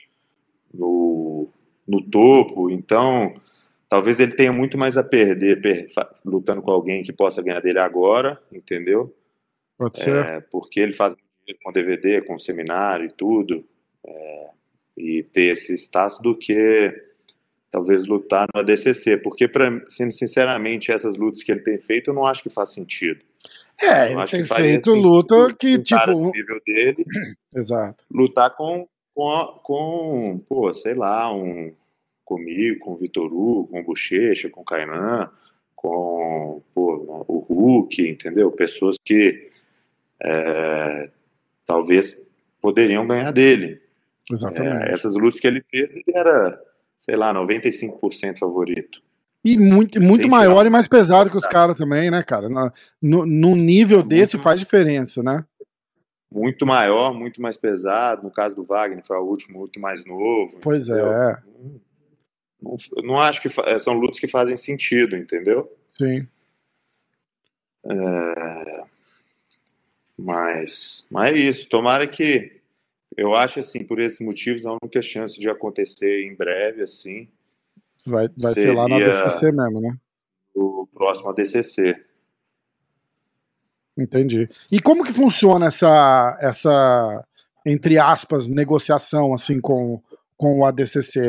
topo. Então, talvez ele tenha muito mais a perder lutando com alguém que possa ganhar dele agora, entendeu? Pode ser. Porque ele faz com DVD, com seminário e tudo, e ter esse status, do que talvez lutar no ADCC, porque, sendo sinceramente, essas lutas que ele tem feito, eu não acho que faz sentido. Ele tem feito luta que, tipo... no nível dele, exato. Lutar com pô, sei lá, comigo, com o Vitor Hugo, com o Bochecha, com o Kainan, com o Hulk, entendeu? Pessoas que talvez poderiam ganhar dele. Exatamente. Essas lutas que ele fez, ele era, sei lá, 95% favorito. E muito maior e mais pesado que os caras também, né, cara? Num nível desse faz diferença, né? Muito maior, muito mais pesado. No caso do Wagner, foi o último, muito mais novo. Pois entendeu? Não acho que são lutas que fazem sentido, entendeu? Sim. Mas é isso. Tomara que... Eu acho, assim, por esses motivos, a única chance de acontecer em breve, assim... Vai ser lá na ADCC mesmo, né? O próximo ADCC. Entendi. E como que funciona essa entre aspas, negociação assim com o ADCC?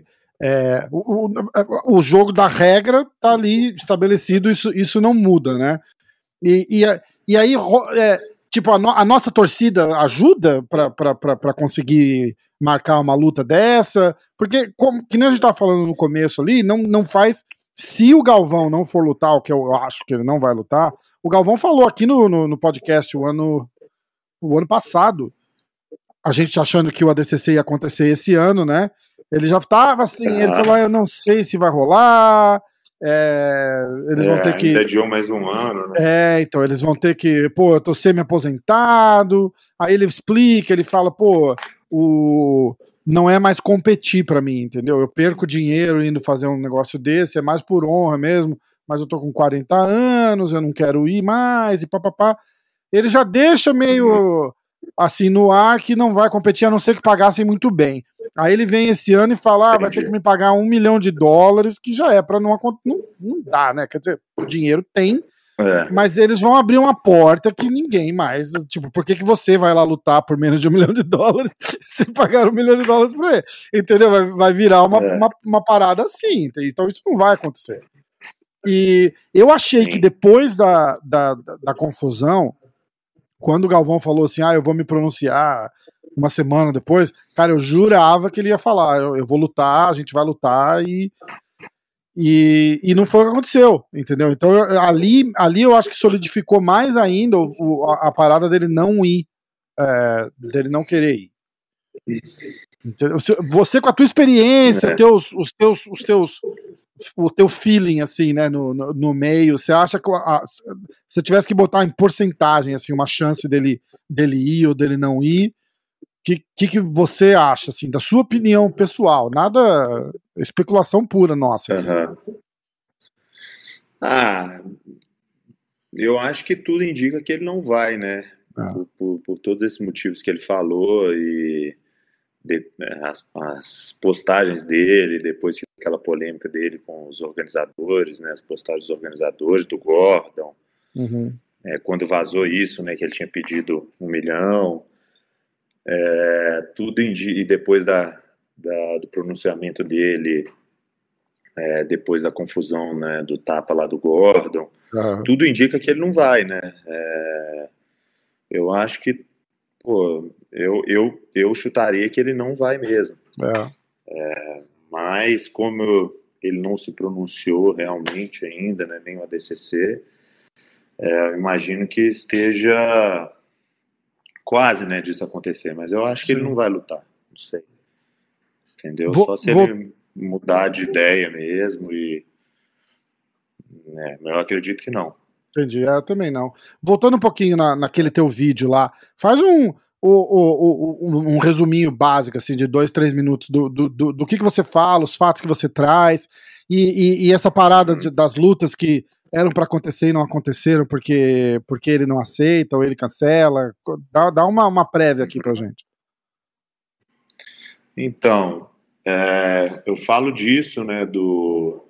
O jogo da regra tá ali estabelecido, isso não muda, né? E aí, tipo, a nossa torcida ajuda para conseguir marcar uma luta dessa? Porque, que nem a gente tava falando no começo ali, não faz... Se o Galvão não for lutar, o que eu acho que ele não vai lutar, o Galvão falou aqui no podcast o ano passado, a gente achando que o ADCC ia acontecer esse ano, né? Ele já tava assim, ele falou, eu não sei se vai rolar, eles vão ter que... Ainda adiou mais um ano, né? Então, eles vão ter que... Pô, eu tô semi-aposentado, aí ele explica, ele fala, pô, não é mais competir pra mim, entendeu? Eu perco dinheiro indo fazer um negócio desse, é mais por honra mesmo, mas eu tô com 40 anos, eu não quero ir mais, e papapá. Ele já deixa meio assim no ar que não vai competir, a não ser que pagassem muito bem. Aí ele vem esse ano e fala, vai ter que me pagar $1 milhão, que já é pra não dá, né? Quer dizer, o dinheiro tem, Mas eles vão abrir uma porta que ninguém mais. Tipo, por que você vai lá lutar por menos de $1 milhão se pagar $1 milhão pra ele? Entendeu? Vai virar uma parada assim. Então isso não vai acontecer. E eu achei que depois da confusão, quando o Galvão falou assim, eu vou me pronunciar uma semana depois, cara, eu jurava que ele ia falar, eu vou lutar, a gente vai lutar e não foi o que aconteceu, entendeu? Então ali eu acho que solidificou mais ainda a parada dele não ir, dele não querer ir. Entendeu? Você com a tua experiência, o teu feeling, assim, né, no meio, você acha que se eu tivesse que botar em porcentagem, assim, uma chance dele ir ou dele não ir, que você acha, assim, da sua opinião pessoal? Nada, especulação pura nossa aqui. Eu acho que tudo indica que ele não vai, né? Por todos esses motivos que ele falou e as postagens dele, depois aquela polêmica dele com os organizadores, né, as postagens dos organizadores, do Gordon, quando vazou isso, né, que ele tinha pedido $1 milhão, tudo e depois do pronunciamento dele, depois da confusão, né, do tapa lá do Gordon, tudo indica que ele não vai, né? Eu acho que, eu chutaria que ele não vai mesmo. Mas como ele não se pronunciou realmente ainda, né, nem o ADCC, eu imagino que esteja quase, né, disso acontecer, mas eu acho que ele não vai lutar, não sei. Entendeu? Só se ele mudar de ideia mesmo eu acredito que não. Entendi, eu também não. Voltando um pouquinho naquele teu vídeo lá, faz um resuminho básico, assim, de 2-3 minutos do que você fala, os fatos que você traz, e essa parada das lutas que eram para acontecer e não aconteceram porque ele não aceita ou ele cancela. Dá uma prévia aqui pra gente. Então, eu falo disso, né, do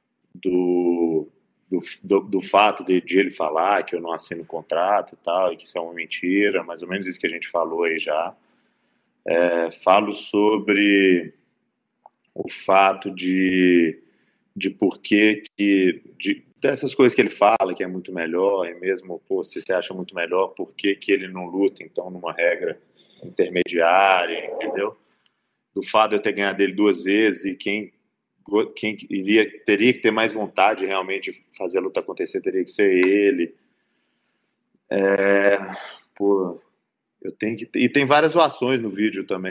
fato de ele falar que eu não assino contrato e tal, e que isso é uma mentira, mais ou menos isso que a gente falou aí já. Falo sobre o fato de por que dessas coisas que ele fala, que é muito melhor, e mesmo, se você acha muito melhor, por que ele não luta, então, numa regra intermediária, entendeu? Do fato de eu ter ganhado dele 2 vezes e quem teria que ter mais vontade realmente de fazer a luta acontecer teria que ser ele. Eu tenho que... E tem várias zoações no vídeo também.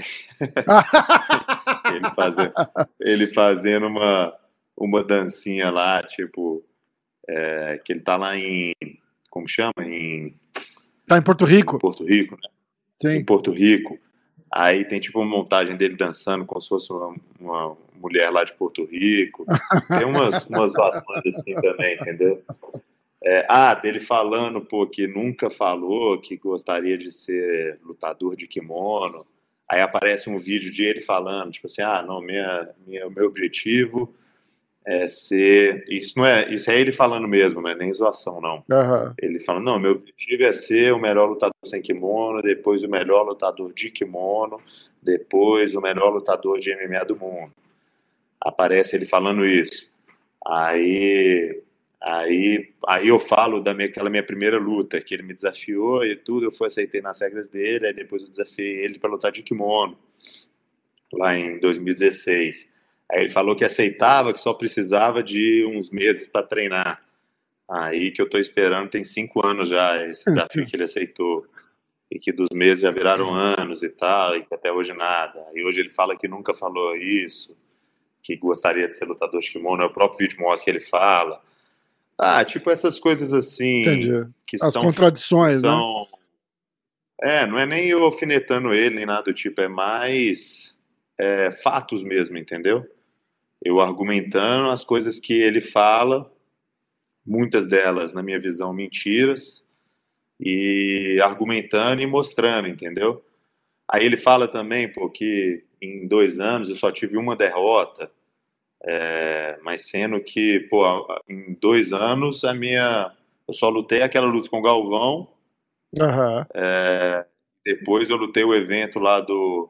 ele fazendo uma dancinha lá, tipo, que ele tá lá em... Como chama? Tá em Porto Rico. Em Porto Rico, né? Sim. Em Porto Rico. Aí tem tipo uma montagem dele dançando como se fosse uma mulher lá de Porto Rico. Tem umas zoações assim também, entendeu? Dele falando, que nunca falou que gostaria de ser lutador de kimono. Aí aparece um vídeo de ele falando, tipo assim, não, meu objetivo é ser... Isso é ele falando mesmo, não é nem zoação, não. Ele fala, não, meu objetivo é ser o melhor lutador sem kimono, depois o melhor lutador de kimono, depois o melhor lutador de MMA do mundo. Aparece ele falando isso. Aí eu falo daquela minha primeira luta, que ele me desafiou e tudo, eu aceitei nas regras dele, aí depois eu desafiei ele para lutar de kimono, lá em 2016. Aí ele falou que aceitava, que só precisava de uns meses para treinar. Aí que eu tô esperando, tem 5 anos já, esse desafio que ele aceitou. E que dos meses já viraram anos e tal, e que até hoje nada. E hoje ele fala que nunca falou isso, que gostaria de ser lutador de kimono, é o próprio vídeo mostra que ele fala. Tipo essas coisas assim... Entendi. Que as são contradições, né? Não é nem eu alfinetando ele, nem nada do tipo, é mais fatos mesmo, entendeu? Eu argumentando as coisas que ele fala, muitas delas, na minha visão, mentiras, e argumentando e mostrando, entendeu? Aí ele fala também, que em 2 anos eu só tive uma derrota, mas sendo que, em 2 anos a minha Eu só lutei aquela luta com o Galvão. Uhum. Depois eu lutei o evento lá do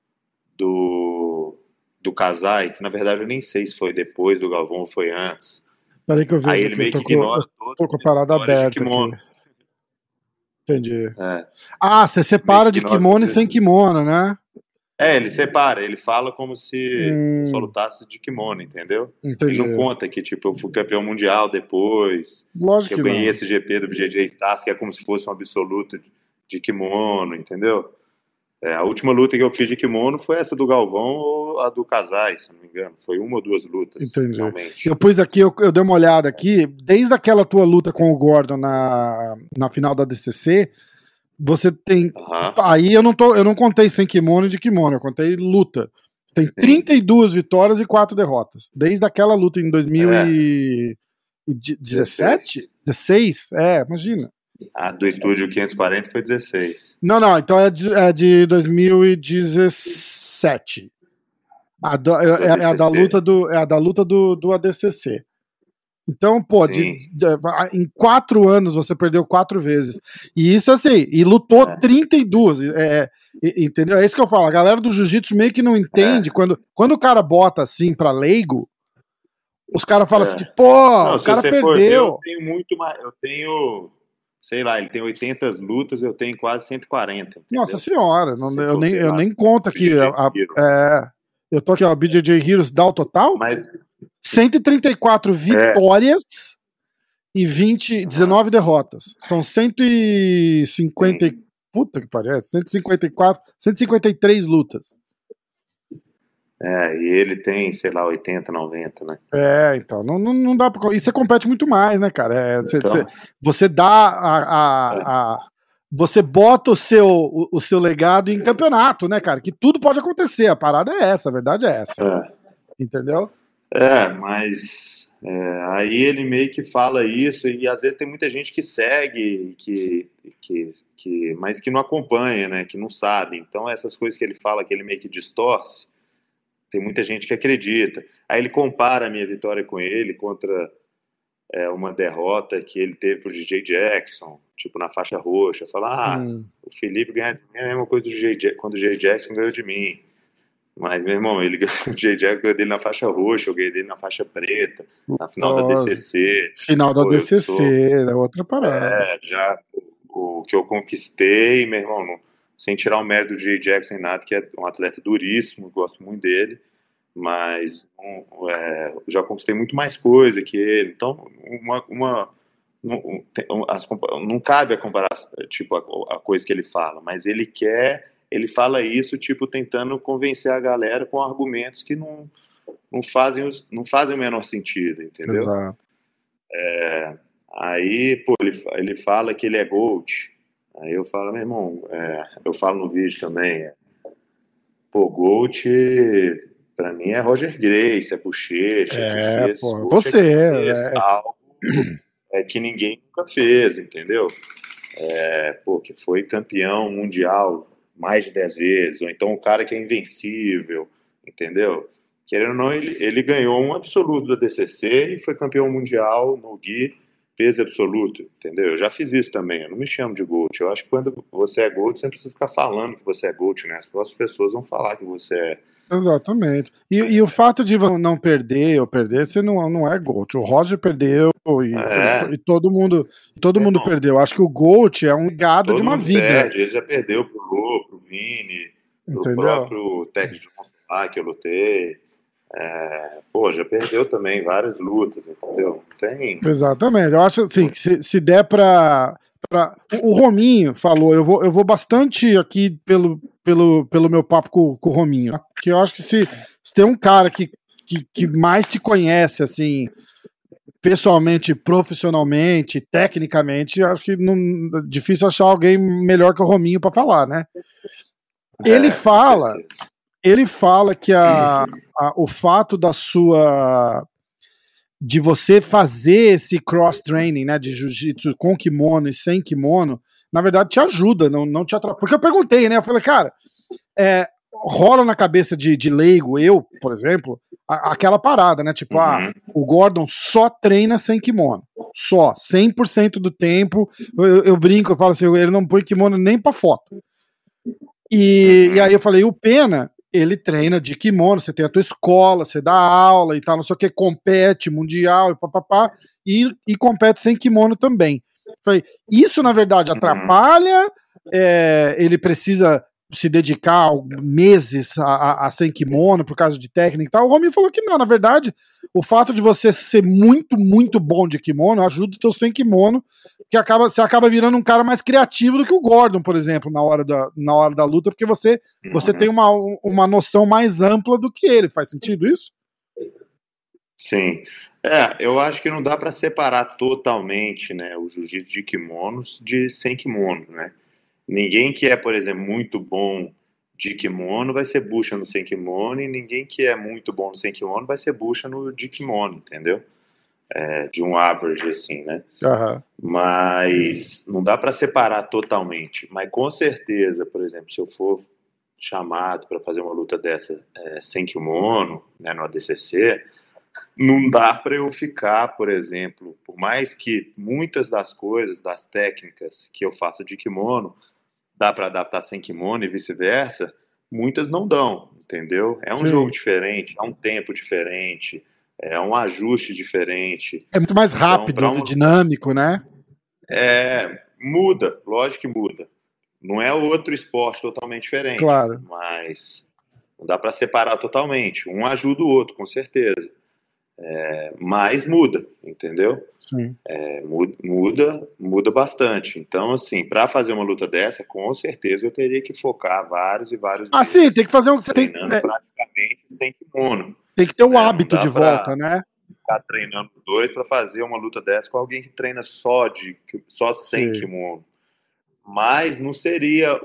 Kazai, que na verdade eu nem sei se foi depois do Galvão ou foi antes. Peraí que eu vejo. Aí ele aqui, meio que ignora tô com a parada aberta aqui. Entendi. Você separa de kimono e sem kimono, né? Ele separa, ele fala como se eu só lutasse de kimono, entendeu? Entendi. Ele não conta que, tipo, eu fui campeão mundial depois. Lógico que eu ganhei esse GP do BJJ Stars, que é como se fosse um absoluto de kimono, entendeu? A última luta que eu fiz de kimono foi essa do Galvão ou a do Kazai, se não me engano. Foi uma ou duas lutas. Entendi. Realmente. Eu pus aqui, eu dei uma olhada aqui, desde aquela tua luta com o Gordon na final da DCC, você tem... Aí eu não contei sem kimono e de kimono, eu contei luta. Tem 32 vitórias e 4 derrotas. Desde aquela luta em 2017? 16? Imagina. Do estúdio 540 foi 16. Não, então é de 2017. A da luta do ADCC. Então, pô, em 4 anos você perdeu 4 vezes. E isso assim, e lutou 32. Entendeu? É isso que eu falo. A galera do jiu-jitsu meio que não entende. Quando o cara bota assim pra leigo, os caras falam assim, o cara perdeu. Eu tenho muito mais. Eu tenho, sei lá, ele tem 80 lutas, eu tenho quase 140. Entendeu? Nossa senhora, eu nem conto aqui. Eu tô aqui, ó, BJJ Heroes dá o total? Mas 134 vitórias e 19 derrotas. São 150. Puta que parece. 153 lutas. E ele tem, sei lá, 80, 90, né? Então, não dá pra... E você compete muito mais, né, cara? Você dá você bota o seu legado em campeonato, né, cara? Que tudo pode acontecer. A parada é essa, a verdade é essa. Entendeu? Mas aí ele meio que fala isso, e às vezes tem muita gente que segue, mas que não acompanha, né? Que não sabe. Então essas coisas que ele fala, que ele meio que distorce, tem muita gente que acredita. Aí ele compara a minha vitória com ele contra uma derrota que ele teve pro DJ Jackson, tipo na faixa roxa. Fala, o Felipe ganha a mesma coisa quando o DJ Jackson ganhou de mim. Mas, meu irmão, o DJ Jackson ganhou dele na faixa roxa, eu ganhei dele na faixa preta, na final da DCC. Final da DCC, é outra parada. Já o que eu conquistei, meu irmão, sem tirar o mérito do DJ Jackson e nada, que é um atleta duríssimo, gosto muito dele, mas já conquistei muito mais coisa que ele. Então, não cabe a comparar, tipo, a coisa que ele fala, mas ele fala isso, tipo, tentando convencer a galera com argumentos que não fazem o menor sentido, entendeu? Exato. Aí, pô, ele fala que ele é GOAT. Aí eu falo, meu irmão, eu falo no vídeo também, GOAT pra mim é Roger Gracie, é Bochecha, algo que ninguém nunca fez, entendeu? Que foi campeão mundial mais de 10 vezes, ou então o cara que é invencível, entendeu? Querendo ou não, ele ganhou um absoluto da DCC e foi campeão mundial no GUI, peso absoluto, entendeu? Eu já fiz isso também, eu não me chamo de GOAT. Eu acho que quando você é GOAT, você não precisa ficar falando que você é GOAT, né? As próximas pessoas vão falar que você é. Exatamente. E o fato de não perder ou perder, você não é GOAT. O Roger perdeu e todo mundo perdeu. Acho que o GOAT é um legado de uma vida. Ele já perdeu pro Lô, pro Vini, pro próprio técnico de lá que eu lutei. Já perdeu também várias lutas, entendeu? Exatamente. Eu acho assim, que se der pra... O Rominho falou, eu vou bastante aqui pelo meu papo com o Rominho, porque eu acho que se tem um cara que mais te conhece, assim, pessoalmente, profissionalmente, tecnicamente, eu acho que é difícil achar alguém melhor que o Rominho para falar, né? Ele fala que o fato de você fazer esse cross-training, né, de jiu-jitsu com kimono e sem kimono, na verdade te ajuda, não te atrapalha. Porque eu perguntei, né, eu falei, cara, rola na cabeça de leigo, eu, por exemplo, aquela parada, né? Tipo, o Gordon só treina sem kimono. Só, 100% do tempo. Eu brinco, eu falo assim, ele não põe kimono nem pra foto. E aí eu falei, o Pena, ele treina de kimono, você tem a tua escola, você dá aula e tal, não sei o que, compete mundial e papapá, e compete sem kimono também. Falei, isso na verdade atrapalha, ele precisa se dedicar meses a sem kimono por causa de técnica e tal. O Rominho falou que não, na verdade, o fato de você ser muito, muito bom de kimono ajuda o teu sem kimono, que você acaba virando um cara mais criativo do que o Gordon, por exemplo, na hora da luta, porque você tem uma noção mais ampla do que ele. Faz sentido isso? Sim. Eu acho que não dá para separar totalmente, né, o jiu-jitsu de kimonos de sem kimono, né? Ninguém que é, por exemplo, muito bom de kimono vai ser bucha no sem kimono, e ninguém que é muito bom no sem kimono vai ser bucha no de kimono, entendeu? De um average, assim, né? Mas não dá para separar totalmente. Mas com certeza, por exemplo, se eu for chamado para fazer uma luta dessa sem kimono, né, no ADCC, não dá para eu ficar, por exemplo, por mais que muitas das coisas, das técnicas que eu faço de kimono, dá para adaptar sem kimono e vice-versa, muitas não dão, entendeu? É um jogo diferente, é um tempo diferente, é um ajuste diferente. É muito mais rápido, então, dinâmico, né? Muda, lógico que muda. Não é outro esporte totalmente diferente, claro, mas não dá para separar totalmente. Um ajuda o outro, com certeza. Mas muda, entendeu? Sim. Muda bastante. Então, assim, para fazer uma luta dessa, com certeza eu teria que focar vários e vários dias. Sim, tem que fazer um. Treinando praticamente sem kimono. Tem que ter um hábito de volta, né? Ficar treinando os dois para fazer uma luta dessa com alguém que treina só sem kimono. Mas não seria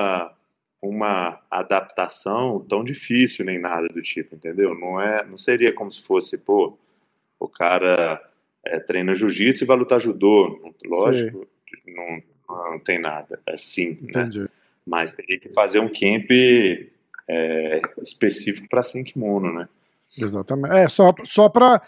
uma adaptação tão difícil nem nada do tipo, entendeu? Não seria como se fosse, o cara treina jiu-jitsu e vai lutar judô. Lógico, não tem nada. É assim, né? Mas teria que fazer um camp específico para sem kimono, né? Exatamente. Só para...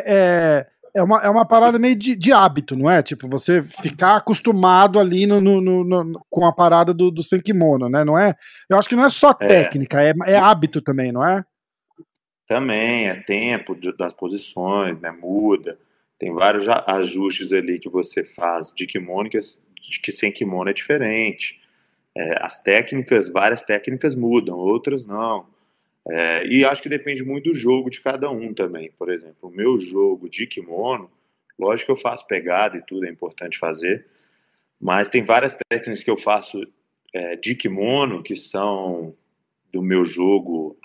É uma parada meio de hábito, não é? Tipo, você ficar acostumado ali com a parada do sem kimono, né? Não é? Eu acho que não é só técnica, é hábito também, não é? Também, é tempo das posições, né? Muda. Tem vários ajustes ali que você faz de kimono que sem kimono é diferente. Várias técnicas mudam, outras não. E acho que depende muito do jogo de cada um também. Por exemplo, o meu jogo de kimono, lógico que eu faço pegada e tudo, é importante fazer, mas tem várias técnicas que eu faço de kimono que são do meu jogo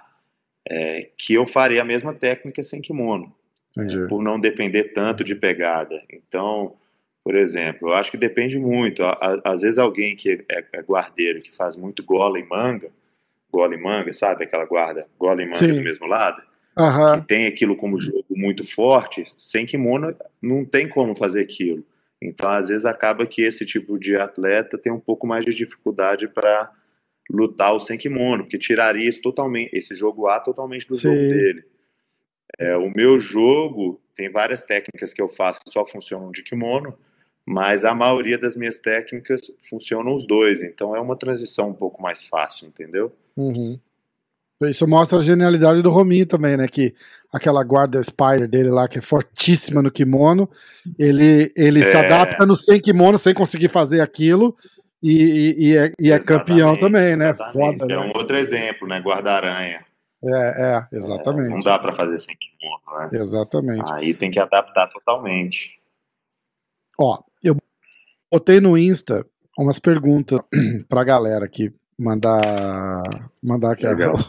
que eu faria a mesma técnica sem kimono, por não depender tanto de pegada. Então, por exemplo, eu acho que depende muito. Às vezes alguém que é guardeiro, que faz muito gola e manga, sabe? Aquela guarda, gola e manga do mesmo lado, que tem aquilo como jogo muito forte, sem kimono não tem como fazer aquilo. Então, às vezes, acaba que esse tipo de atleta tem um pouco mais de dificuldade para lutar o sem kimono, porque tiraria esse jogo totalmente do jogo dele. O meu jogo tem várias técnicas que eu faço que só funcionam de kimono, mas a maioria das minhas técnicas funcionam os dois, então é uma transição um pouco mais fácil, entendeu? Isso mostra a genialidade do Rominho também, né? Que aquela guarda Spider dele lá, que é fortíssima no kimono, ele se adapta no sem kimono, sem conseguir fazer aquilo, e é campeão também, né? Foda, né? Um outro exemplo, né? Guarda-aranha. Exatamente. Não dá pra fazer sem kimono, né? Exatamente. Aí tem que adaptar totalmente. Ó, eu botei no Insta umas perguntas pra galera aqui. Mandar aqui.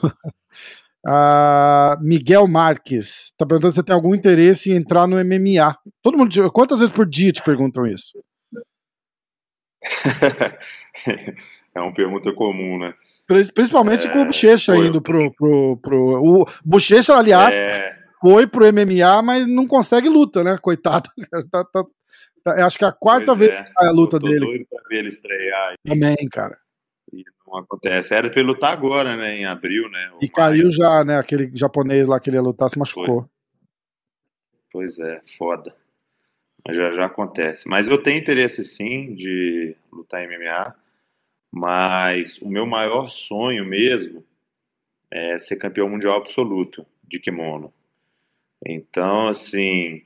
Miguel Marques tá perguntando se você tem algum interesse em entrar no MMA. Todo mundo, quantas vezes por dia te perguntam isso? É uma pergunta comum, né? Principalmente com o Bochecha indo pro o Bochecha, aliás, foi pro MMA, mas não consegue luta, né? Coitado. Acho que é a quarta vez que vai a luta dele. Tô doido pra ver ele estrear. Também, cara. Não acontece. Era pra ele lutar agora, né? Em abril, né? E caiu já, né? Aquele japonês lá que ele ia lutar se machucou. Foi. Pois é, foda. Mas já já acontece. Mas eu tenho interesse sim de lutar MMA, mas o meu maior sonho mesmo é ser campeão mundial absoluto de kimono. Então, assim,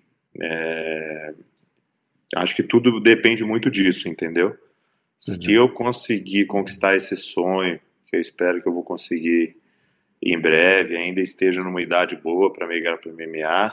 acho que tudo depende muito disso, entendeu? Se eu conseguir conquistar esse sonho, que eu espero que eu vou conseguir em breve, ainda esteja numa idade boa para migrar para o MMA,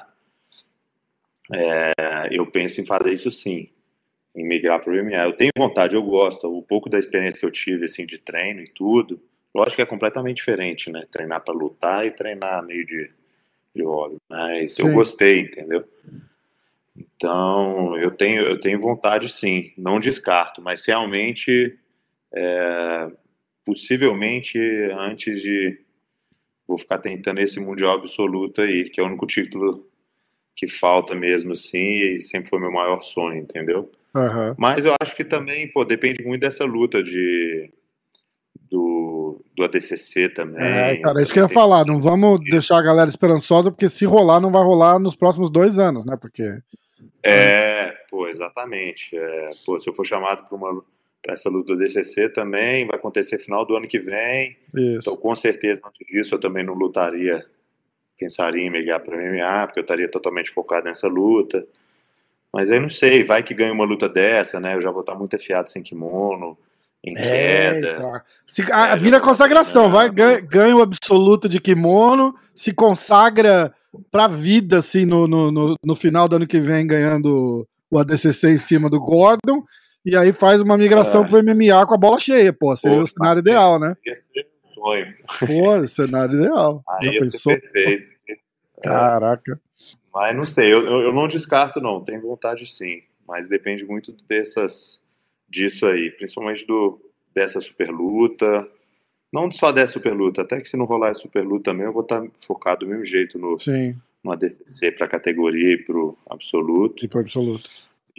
eu penso em fazer isso sim, em migrar para o MMA. Eu tenho vontade, eu gosto, o pouco da experiência que eu tive assim de treino e tudo, lógico que é completamente diferente, né? Treinar para lutar e treinar meio de hobby, mas Sim. eu gostei, entendeu? Então, eu tenho vontade sim, não descarto, mas realmente, possivelmente, antes de. Vou ficar tentando esse Mundial Absoluto aí, que é o único título que falta mesmo assim, e sempre foi meu maior sonho, entendeu? Uhum. Mas eu acho que também, pô, depende muito dessa luta do ADCC também. Cara, isso que eu ia falar. Não vamos deixar a galera esperançosa, porque se rolar, não vai rolar nos próximos 2 anos, né? Porque. Pô, exatamente. Pô, se eu for chamado para essa luta do ADCC também, vai acontecer final do ano que vem. Isso. Então, com certeza, antes disso, eu também não lutaria, pensaria em migrar para MMA, porque eu estaria totalmente focado nessa luta. Mas aí não sei, vai que ganha uma luta dessa, né? Eu já vou estar muito afiado sem kimono, em queda. Então. Vira consagração, vai, ganha o absoluto de kimono, se consagra pra vida, assim, no final do ano que vem, ganhando o ADCC em cima do Gordon, e aí faz uma migração pro MMA com a bola cheia, pô, seria o cenário ideal, né? Ia ser um sonho. Pô, cenário ideal. Aí Já ia pensou? ser perfeito. Caraca. Mas não sei, eu não descarto não, tenho vontade sim, mas depende muito disso aí, principalmente dessa super luta, não só dessa super luta, até que se não rolar essa super luta também eu vou estar focado do mesmo jeito no ADCC para categoria e pro absoluto. E pro absoluto.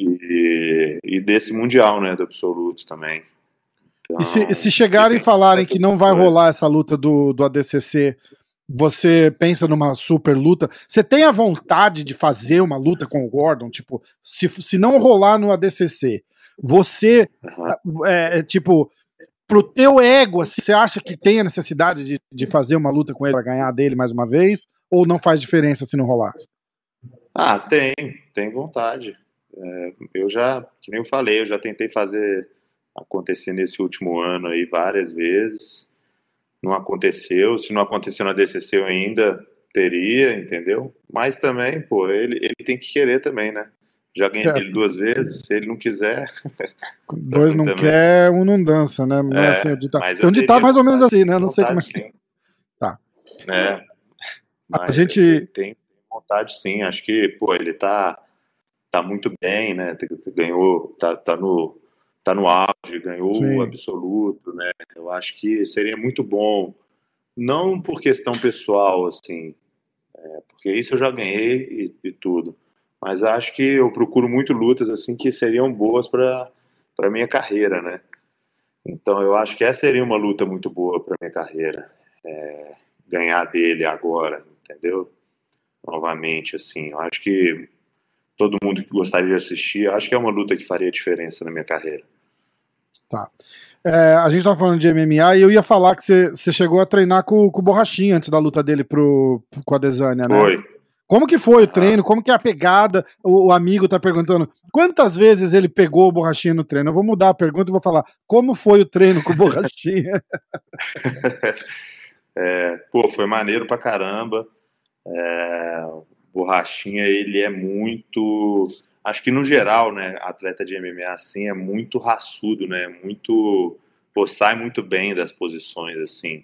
E desse mundial, né, do absoluto também. Então, e se chegarem e falarem que não vai rolar essa luta do ADCC, você pensa numa super luta? Você tem a vontade de fazer uma luta com o Gordon? Tipo, se não rolar no ADCC, você, tipo, pro teu ego, assim, você acha que tem a necessidade de fazer uma luta com ele pra ganhar dele mais uma vez? Ou não faz diferença se não rolar? Ah, tem vontade. Eu já, que nem eu falei, eu já tentei fazer acontecer nesse último ano aí várias vezes. Não aconteceu. Se não aconteceu na DCC eu ainda teria, entendeu? Mas também, pô, ele tem que querer também, né? Já ganhei ele 2 vezes, se ele não quiser. 2 não também quer, 1 não dança, né? Não é assim o ditado. Mas tem um ditado mais ou menos assim, né? Eu não sei como é que. Sim. Tá. Mas a gente tem vontade sim. Acho que, pô, ele tá muito bem, né? Ganhou, tá no auge, ganhou o absoluto, né? Eu acho que seria muito bom, não por questão pessoal, assim, porque isso eu já ganhei e tudo, mas acho que eu procuro muito lutas assim que seriam boas para minha carreira, né? Então eu acho que essa seria uma luta muito boa para minha carreira, ganhar dele agora, entendeu? Novamente, assim, eu acho que todo mundo que gostaria de assistir, acho que é uma luta que faria diferença na minha carreira. Tá. A gente tava falando de MMA e eu ia falar que você chegou a treinar com o Borrachinha antes da luta dele com a Adesanya, né? Foi. Como que foi o treino? Como que é a pegada? O amigo tá perguntando quantas vezes ele pegou o Borrachinha no treino. Eu vou mudar a pergunta e vou falar como foi o treino com o Borrachinha? Pô, foi maneiro pra caramba. Borrachinha, ele é muito... Acho que no geral, né, atleta de MMA assim é muito raçudo, né? Muito... Pô, sai muito bem das posições, assim.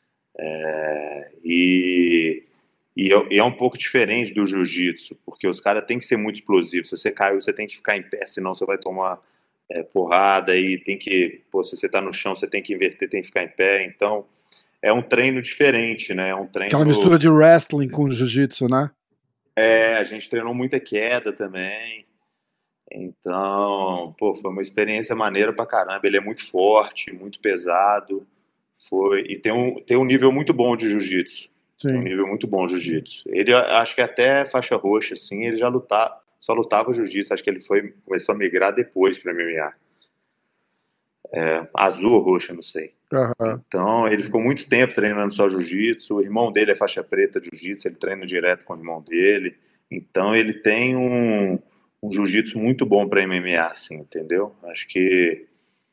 E é um pouco diferente do jiu-jitsu, porque os caras têm que ser muito explosivos. Se você caiu, você tem que ficar em pé, senão você vai tomar porrada e tem que... Pô, se você tá no chão, você tem que inverter, tem que ficar em pé. Então, é um treino diferente, né? É um treino... Aquela mistura de wrestling com jiu-jitsu, né? A gente treinou muita queda também. Então, pô, foi uma experiência maneira pra caramba. Ele é muito forte, muito pesado. E tem um nível muito bom de jiu-jitsu. Sim. Um nível muito bom de jiu-jitsu. Ele, acho que até faixa roxa, assim, ele já só lutava jiu-jitsu. Acho que ele começou a migrar depois para MMA. Azul ou roxa, não sei. Uhum. Então, ele ficou muito tempo treinando só jiu-jitsu. O irmão dele é faixa preta de jiu-jitsu, ele treina direto com o irmão dele. Então, ele tem um jiu-jitsu muito bom para MMA, assim, entendeu? Acho que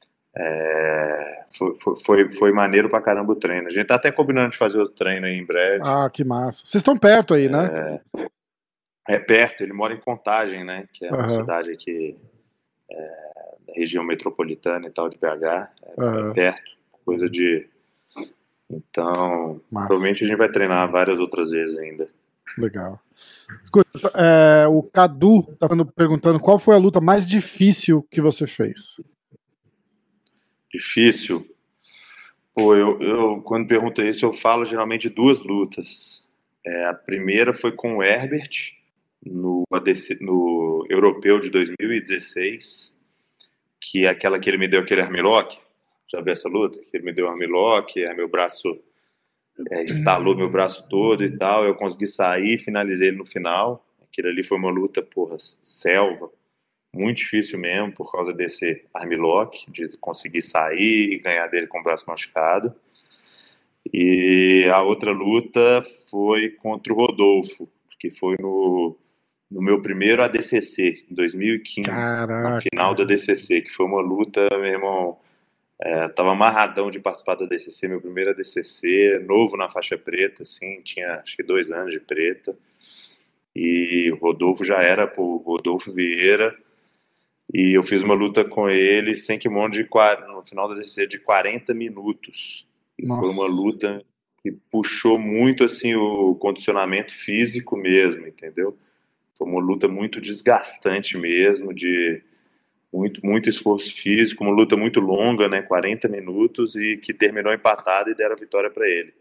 foi maneiro pra caramba o treino. A gente tá até combinando de fazer outro treino aí em breve. Ah, que massa. Vocês estão perto aí, né? É perto, ele mora em Contagem, né? Que é uma cidade aqui da região metropolitana e tal de BH. É perto, coisa de... Então, provavelmente a gente vai treinar várias outras vezes ainda. Legal. Escuta, o Cadu tá perguntando qual foi a luta mais difícil que você fez? Difícil? Pô, eu quando pergunto isso, eu falo geralmente de 2 lutas. A primeira foi com o Herbert, no Europeu de 2016, que é aquela que ele me deu aquele armlock. Já viu essa luta? Que ele me deu armlock, meu braço estalou meu braço todo e tal. Eu consegui sair, finalizei ele no final. Aquilo ali foi uma luta, porra, selva. Muito difícil mesmo, por causa desse armlock, de conseguir sair e ganhar dele com o braço machucado. E a outra luta foi contra o Rodolfo, que foi no meu primeiro ADCC, em 2015. Caraca. Na final do ADCC, que foi uma luta, meu irmão, tava amarradão de participar do ADCC, meu primeiro ADCC, novo na faixa preta, assim, tinha acho que 2 anos de preta. E o Rodolfo já era pro Rodolfo Vieira. E eu fiz uma luta com ele sem kimono no final da ADCC de 40 minutos. E foi uma luta que puxou muito assim o condicionamento físico mesmo, entendeu? Foi uma luta muito desgastante mesmo, de muito esforço físico, uma luta muito longa, né, 40 minutos, e que terminou empatada e deram a vitória para ele.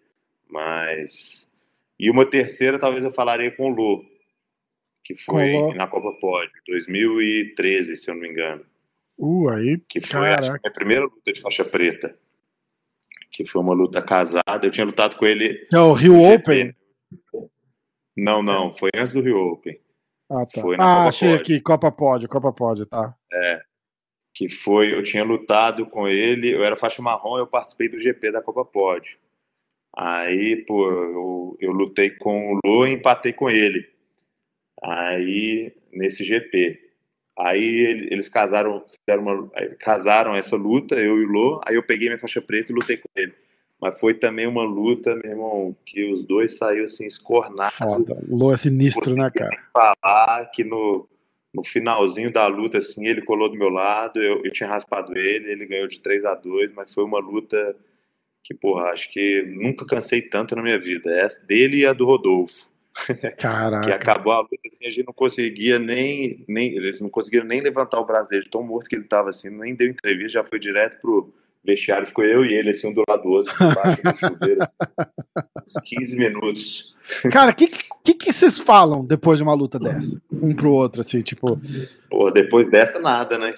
E uma terceira talvez eu falaria com o Lô, que foi na Copa Pod, 2013, se eu não me engano. Aí, que foi acho que a minha primeira luta de faixa preta. Que foi uma luta casada. Eu tinha lutado com ele. É o Rio Open? Não, foi antes do Rio Open. Ah, tá. Foi na Copa achei Pod. aqui, Copa Pod, tá. Que foi, eu tinha lutado com ele, eu era faixa marrom, eu participei do GP da Copa Pod. Aí, pô, eu lutei com o Lô e empatei com ele. Aí, nesse GP. Aí eles casaram essa luta, eu e o Lô, aí eu peguei minha faixa preta e lutei com ele. Mas foi também uma luta, meu irmão, que os dois saíram assim, escornados. Foda, o Lô é sinistro, né, cara? Falar que no finalzinho da luta, assim, ele colou do meu lado, eu tinha raspado ele ganhou de 3-2, mas foi uma luta que, porra, acho que nunca cansei tanto na minha vida. Essa dele e a do Rodolfo. Caraca. Que acabou a luta assim, a gente não conseguia eles não conseguiram nem levantar o braço dele, tão morto que ele tava assim, nem deu entrevista, já foi direto pro vestiário, ficou eu e ele assim, um do lado do outro, debaixo do chuveiro, uns 15 minutos. Cara, o que vocês falam depois de uma luta dessa? Um pro outro, assim, tipo... Pô, depois dessa nada, né?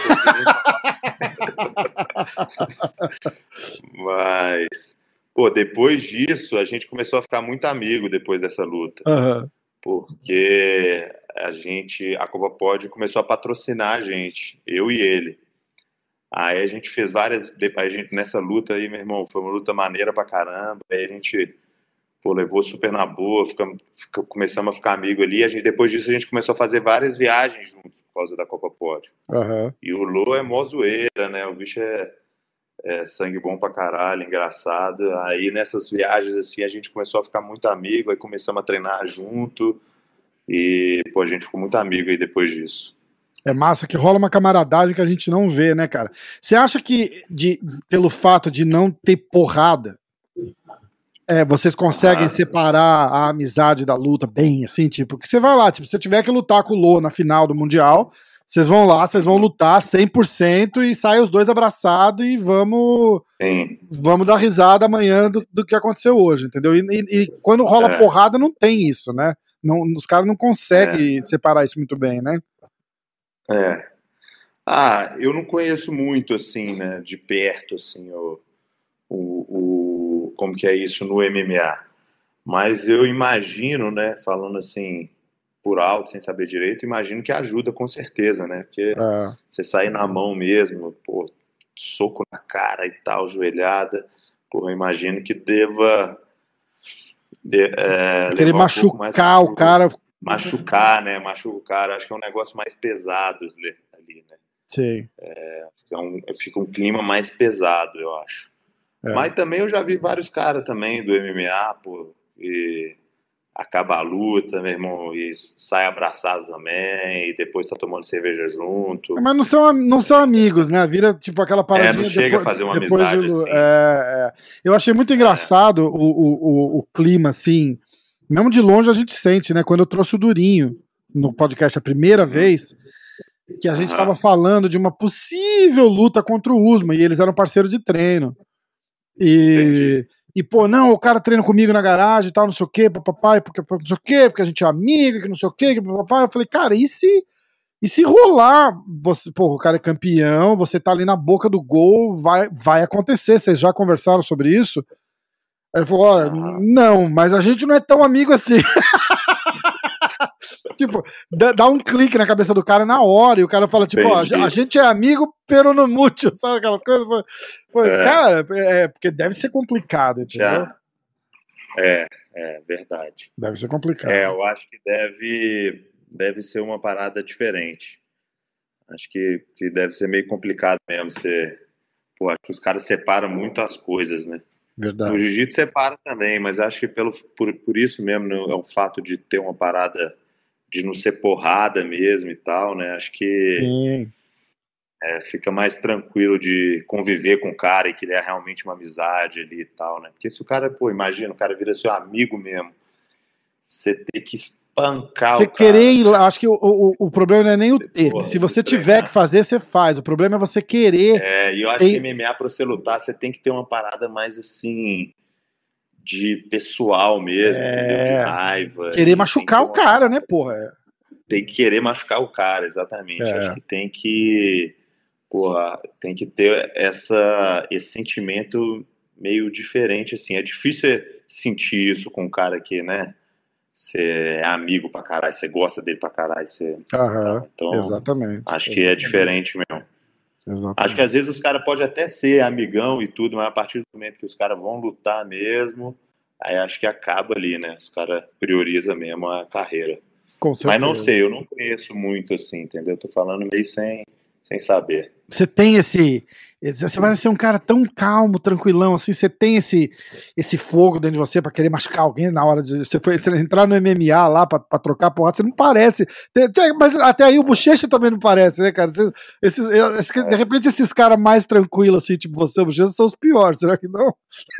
Mas... Pô, depois disso, a gente começou a ficar muito amigo depois dessa luta. Uhum. Porque a Copa Pod começou a patrocinar a gente, eu e ele. Aí a gente fez nessa luta aí, meu irmão, foi uma luta maneira pra caramba. Aí a gente, levou super na boa, começamos a ficar amigo ali. Depois disso, a gente começou a fazer várias viagens juntos por causa da Copa Pod. Uhum. E o Lô é mó zoeira, né? O bicho é sangue bom pra caralho, engraçado. Aí nessas viagens assim a gente começou a ficar muito amigo, aí começamos a treinar junto e a gente ficou muito amigo aí depois disso. É massa que rola uma camaradagem que a gente não vê, né, cara? Você acha que pelo fato de não ter porrada, vocês conseguem separar a amizade da luta bem, assim, tipo, que você vai lá, tipo, se você tiver que lutar com o Lô na final do Mundial, vocês vão lá, vocês vão lutar 100% e saem os dois abraçados e vamos dar risada amanhã do que aconteceu hoje, entendeu? E quando rola porrada não tem isso, né? Não, os caras não conseguem separar isso muito bem, né? Eu não conheço muito, assim, né, de perto, assim, o como que é isso no MMA. Mas eu imagino, né, falando assim, por alto, sem saber direito, imagino que ajuda com certeza, né? Porque você sair na mão mesmo, pô, soco na cara e tal, joelhada, pô, eu imagino que deva querer levar machucar pouco mais o cara. Machucar, né? Machuca o cara. Acho que é um negócio mais pesado ali, né? Sim. Fica um clima mais pesado, eu acho. Mas também eu já vi vários caras também do MMA, pô, e acaba a luta, meu irmão, e sai abraçado também, e depois tá tomando cerveja junto. Mas não são amigos, né? Vira tipo aquela paradinha. Não chega a fazer uma depois amizade assim. Eu achei muito engraçado o clima, assim. Mesmo de longe a gente sente, né? Quando eu trouxe o Durinho no podcast a primeira vez, que a gente estava falando de uma possível luta contra o Usman, e eles eram parceiros de treino. E, pô, não, o cara treina comigo na garagem e tal, não sei o quê, papai, porque não sei o quê, porque a gente é amigo, que não sei o quê, que papai. Eu falei, cara, e se rolar, você, pô, o cara é campeão, você tá ali na boca do gol, vai acontecer. Vocês já conversaram sobre isso? Aí ele falou, olha, não, mas a gente não é tão amigo assim. Tipo, dá um clique na cabeça do cara na hora, e o cara fala, tipo, ó, a gente é amigo, pero no mucho, sabe aquelas coisas? Cara, porque deve ser complicado, entendeu? Verdade. Deve ser complicado. Eu acho que deve ser uma parada diferente. Acho que deve ser meio complicado mesmo. Acho que os caras separam muito as coisas, né? Verdade. No jiu-jitsu separa também, mas acho que por isso mesmo, né, é o fato de ter uma parada de não ser porrada mesmo e tal, né? Acho que fica mais tranquilo de conviver com o cara e criar realmente uma amizade ali e tal, né? Porque se o cara, imagina, o cara vira seu amigo mesmo, você tem que espancar o cara. Você querer ir lá, acho que o problema não é nem o ter. Se você tiver que fazer, você faz. O problema é você querer. E eu acho que MMA, pra você lutar, você tem que ter uma parada mais assim, de pessoal mesmo, entendeu? De raiva. Querer machucar o cara, né, porra? Tem que querer machucar o cara, exatamente. Acho que tem que ter esse sentimento meio diferente, assim. É difícil sentir isso com um cara que, né, você é amigo pra caralho, você gosta dele pra caralho. Então, exatamente. Acho que é diferente mesmo. Exatamente. Acho que às vezes os caras podem até ser amigão e tudo, mas a partir do momento que os caras vão lutar mesmo, aí acho que acaba ali, né? Os caras priorizam mesmo a carreira. Mas não sei, eu não conheço muito assim, entendeu? Tô falando meio sem saber. Você tem você vai ser um cara tão calmo, tranquilão, assim, você tem esse fogo dentro de você pra querer machucar alguém na hora de você entrar no MMA lá pra trocar porrada, você não parece, mas até aí o Bochecha também não parece, né, cara? De repente esses caras mais tranquilos, assim, tipo você, o Bochecha, são os piores, será que não?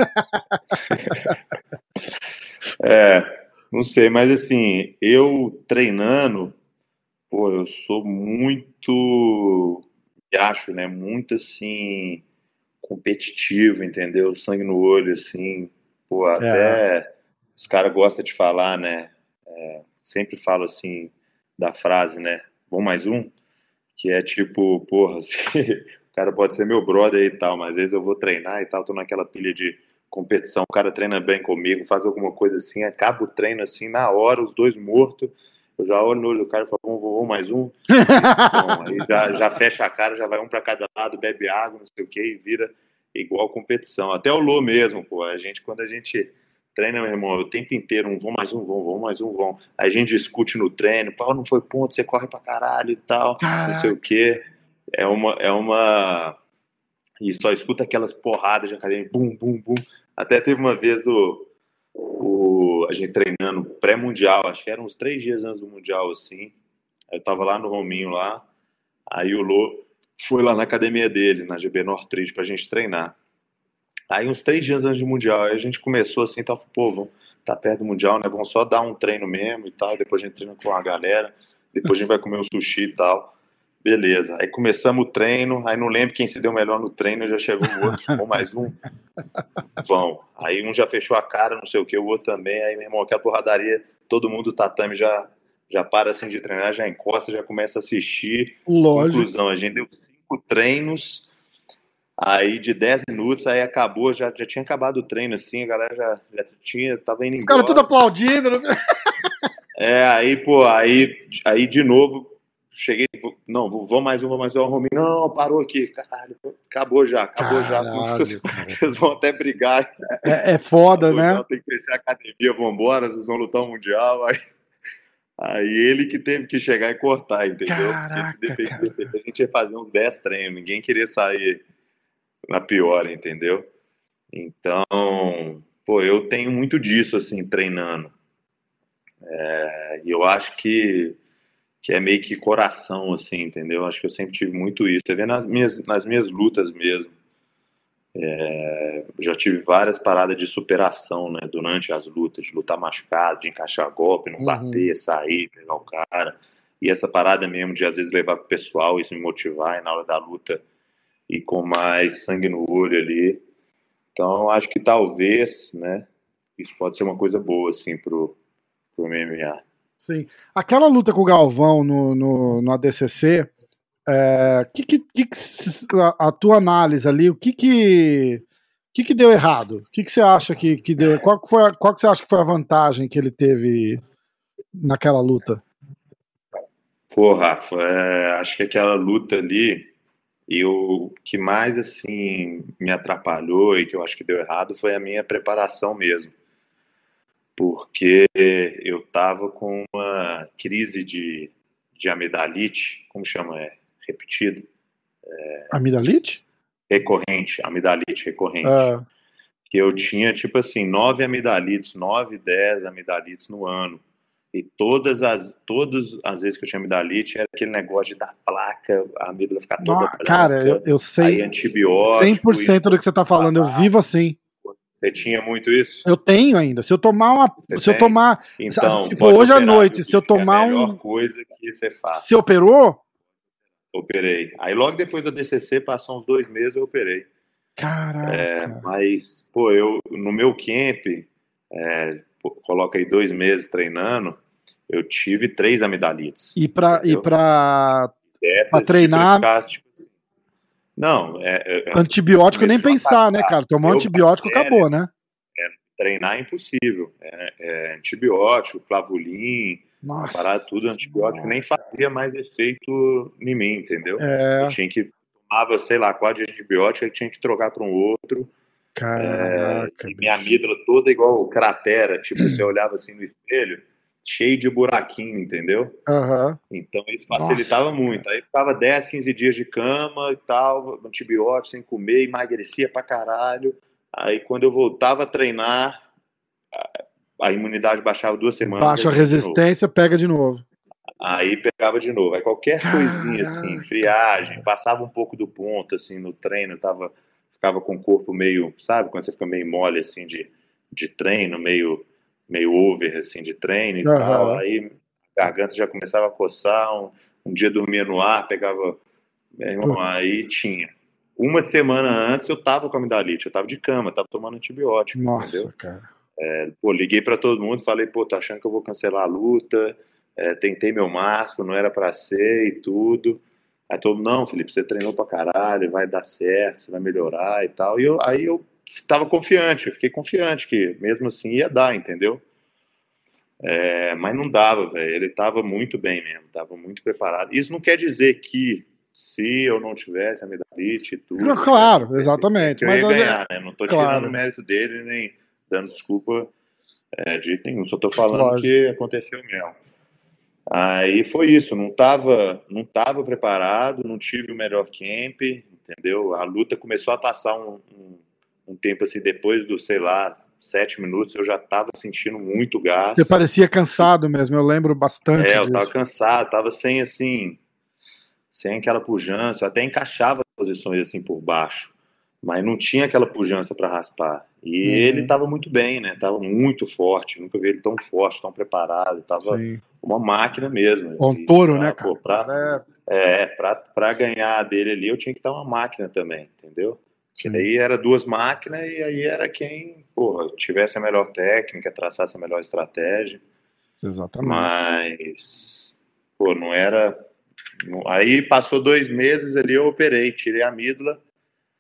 Não sei, mas assim, eu treinando, eu sou muito, acho, né, muito assim, competitivo, entendeu? Sangue no olho, assim, até os caras gostam de falar, né, sempre falo assim, da frase, né, vamos mais um? Que é tipo, assim, o cara pode ser meu brother e tal, mas às vezes eu vou treinar e tal, tô naquela pilha de competição, o cara treina bem comigo, faz alguma coisa assim, acaba o treino assim, na hora, os dois mortos, eu já olho no olho do cara e falo, vamos mais um? Bom, aí já fecha a cara, já vai um pra cada lado, bebe água, não sei o que, e vira igual competição. Até o Lô mesmo, quando a gente treina, meu irmão, o tempo inteiro, vamos mais um, vamos mais um, vamos. Aí a gente discute no treino, não foi ponto, você corre pra caralho e tal, não sei o que. É uma... E só escuta aquelas porradas de academia, bum, bum, bum. Até teve uma vez a gente treinando pré-mundial, acho que eram uns 3 dias antes do mundial, assim. Eu tava lá no Rominho lá, aí o Lô foi lá na academia dele, na GB Northridge, pra gente treinar. Aí uns 3 dias antes do mundial, aí a gente começou assim, vamos tá perto do mundial, né, vamos só dar um treino mesmo e tal, depois a gente treina com a galera, depois a gente vai comer um sushi e tal. Beleza, aí começamos o treino, aí não lembro quem se deu melhor no treino, já chegou o outro, vamos mais um, vão. Aí um já fechou a cara, não sei o que, o outro também, aí meu irmão, aquela porradaria, todo mundo do tatame já para assim de treinar, já encosta, já começa a assistir. Lógico. Conclusão, a gente deu 5 treinos, Aí de 10 minutos, aí acabou, já tinha acabado o treino, assim, a galera tava indo Os caras tudo embora. aplaudindo. Aí, pô, aí de novo, cheguei, não, vou mais um, o Rominho, não, parou aqui, caralho, acabou já, senão Caralho, cara. vocês vão até brigar. É foda, Acabou né? já, tem que fechar a academia, vambora, vocês vão lutar o Mundial, aí ele que teve que chegar e cortar, entendeu? Porque se Caraca, cara. dependesse, a gente ia fazer uns 10 treinos, ninguém queria sair na pior, entendeu? Então, pô, eu tenho muito disso, assim, treinando. E eu acho que é meio que coração, assim, entendeu? Acho que eu sempre tive muito isso. Você vê nas minhas lutas mesmo. Eu já tive várias paradas de superação, né? Durante as lutas, de lutar machucado, de encaixar golpe, não bater, sair, pegar o cara. E essa parada mesmo de às vezes levar pro pessoal, isso me motivar e na hora da luta ir com mais sangue no olho ali. Então, acho que talvez, né? Isso pode ser uma coisa boa, assim, pro MMA. Sim. Aquela luta com o Galvão no ADCC, a tua análise ali, o que deu errado? O que você acha que deu? Qual que você acha que foi a vantagem que ele teve naquela luta? Pô, Rafa, acho que aquela luta ali, e o que mais, assim, me atrapalhou e que eu acho que deu errado foi a minha preparação mesmo. Porque eu tava com uma crise de amidalite, como chama? Repetido? Amidalite? Recorrente, amidalite recorrente. Ah, Que eu tinha, tipo assim, 9, 10 amidalites no ano. E todas as vezes que eu tinha amidalite, era aquele negócio de dar placa, a amígdala ficar toda cara, branca, eu sei aí antibiótico. 100% do que você tá falando, eu vivo assim. Você tinha muito isso? Eu tenho ainda. Se eu tomar Você se eu tem? tomar, Então, se for pode hoje à operar, noite, viu, se eu bicho? Que é a tomar melhor coisa que você se faz. operou? Operei. Aí logo depois do DCC, passou uns 2 meses, eu operei. Caraca. Mas, pô, no meu camp, coloca aí 2 meses treinando, eu tive 3 amidalites. E pra Dessas, treinar, tipo assim, não, antibiótico nem começou a pensar, né, atacar. cara? Tomou Deu antibiótico, bactéria, acabou, né? treinar é impossível. Antibiótico, clavulin, a parada Nossa tudo, antibiótico senhora. nem fazia mais efeito em mim, entendeu? Eu É, tinha que tomava, sei lá, 4 dias de antibiótico, aí tinha que trocar para um outro. caraca, E minha bicho. amígdala toda igual cratera, tipo, você olhava assim no espelho, cheio de buraquinho, entendeu? Aham. Então isso Nossa, facilitava muito. cara. Aí ficava 10, 15 dias de cama e tal, antibiótico sem comer, emagrecia pra caralho. Aí quando eu voltava a treinar, a imunidade baixava 2 semanas, aí Baixa a tinha de novo. resistência, pega de novo. Aí pegava de novo. Aí qualquer coisinha assim, Caraca. friagem, passava um pouco do ponto, assim, no treino, ficava com o corpo meio, sabe, quando você fica meio mole, assim, de treino, meio over, assim, de treino e tal. Aham. Aí a garganta já começava a coçar, um dia dormia no ar, pegava, meu irmão, Putz, aí tinha. Uma semana antes eu tava com amidalite, eu tava de cama, tava tomando antibiótico, entendeu? nossa, cara. Pô, liguei pra todo mundo, falei, pô, tô achando que eu vou cancelar a luta, tentei meu máximo, não era pra ser e tudo. Aí todo mundo, não, Felipe, você treinou pra caralho, vai dar certo, você vai melhorar e tal. Aí eu tava confiante, eu fiquei confiante que mesmo assim ia dar, entendeu? Mas não dava, velho. Ele tava muito bem mesmo, tava muito preparado. Isso não quer dizer que se eu não tivesse a amidalite e tudo, Claro, exatamente. que eu Mas ia ganhar, né? Não tô tirando o claro, mérito dele, nem dando desculpa de jeito nenhum. Só tô falando lógico. que aconteceu mesmo. Aí foi isso, não tava preparado, não tive o melhor camp, entendeu? A luta começou a passar um tempo assim, depois dos, sei lá, 7 minutos, eu já tava sentindo muito Você gás. parecia cansado mesmo, eu lembro bastante Eu tava disso. cansado, tava sem assim, sem aquela pujança, eu até encaixava as posições assim por baixo, mas não tinha aquela pujança para raspar. E ele Uhum, estava muito bem, né? Tava muito forte, nunca vi ele tão forte, tão preparado, tava sim. uma máquina mesmo. Um E touro, né, cara? O cara pra ganhar dele ali, eu tinha que estar uma máquina também, entendeu? Que sim, aí era 2 máquinas e aí era quem, porra, tivesse a melhor técnica, traçasse a melhor estratégia. exatamente. Mas, pô, não era. Aí passou 2 meses ali, eu operei, tirei a amígdala.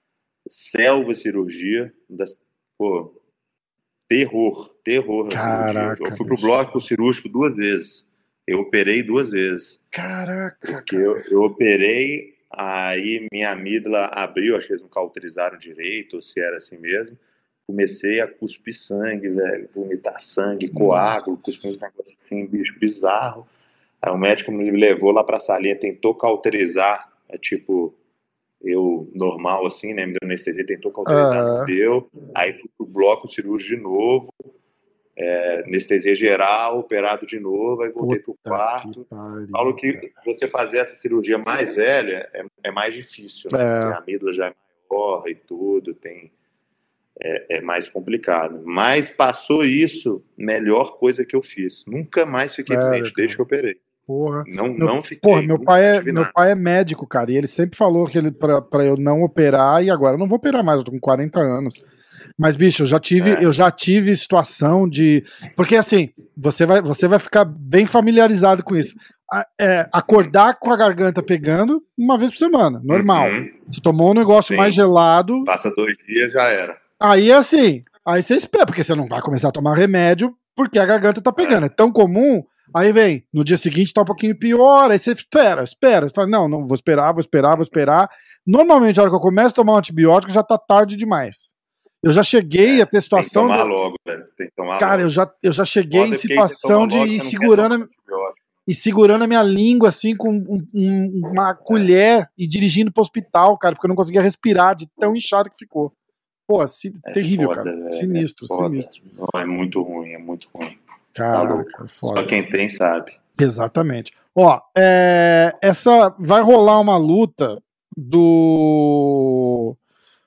selva cirurgia, pô, terror a cirurgia. Eu fui pro bloco cirúrgico 2 vezes. Eu operei 2 vezes. Caraca, porque eu operei, aí minha amígdala abriu, acho que eles não cauterizaram direito, ou se era assim mesmo. Comecei a cuspir sangue, velho, vomitar sangue, coágulo, cuspir um negócio assim, bicho, bizarro. Aí o médico me levou lá pra salinha, tentou cauterizar, tipo, eu normal assim, né, me deu anestesia, tentou cauterizar, não deu. Aí fui pro bloco cirúrgico de novo, anestesia geral, operado de novo, aí voltei pro quarto. Falo que você fazer essa cirurgia mais velha é mais difícil, né? Porque a amígdala já é maior e tudo, é mais complicado. Mas passou isso, melhor coisa que eu fiz. Nunca mais fiquei doente desde que eu operei. Porra. Não fiquei. Porra, meu pai é médico, cara, e ele sempre falou que pra eu não operar, e agora eu não vou operar mais, eu tô com 40 anos. Mas, bicho, eu já tive situação de. Porque assim, você vai ficar bem familiarizado com isso. Acordar com a garganta pegando uma vez por semana, normal. Você tomou um negócio mais gelado. Passa 2 dias, já era. Aí assim, aí você espera, porque você não vai começar a tomar remédio porque a garganta tá pegando. É tão comum. Aí vem, no dia seguinte tá um pouquinho pior, aí você espera. Você fala, não vou esperar. Normalmente, na hora que eu começo a tomar um antibiótico, já tá tarde demais. Eu já cheguei a ter situação. Tem que tomar logo, velho. Tem que tomar cara, logo. eu já cheguei em situação de ir segurando a minha língua, assim, com uma colher e dirigindo pro hospital, cara, porque eu não conseguia respirar de tão inchado que ficou. Pô, terrível, foda, cara. Sinistro. Não, é muito ruim. Caraca, foda. Só quem tem sabe. Exatamente. Ó, essa vai rolar uma luta do...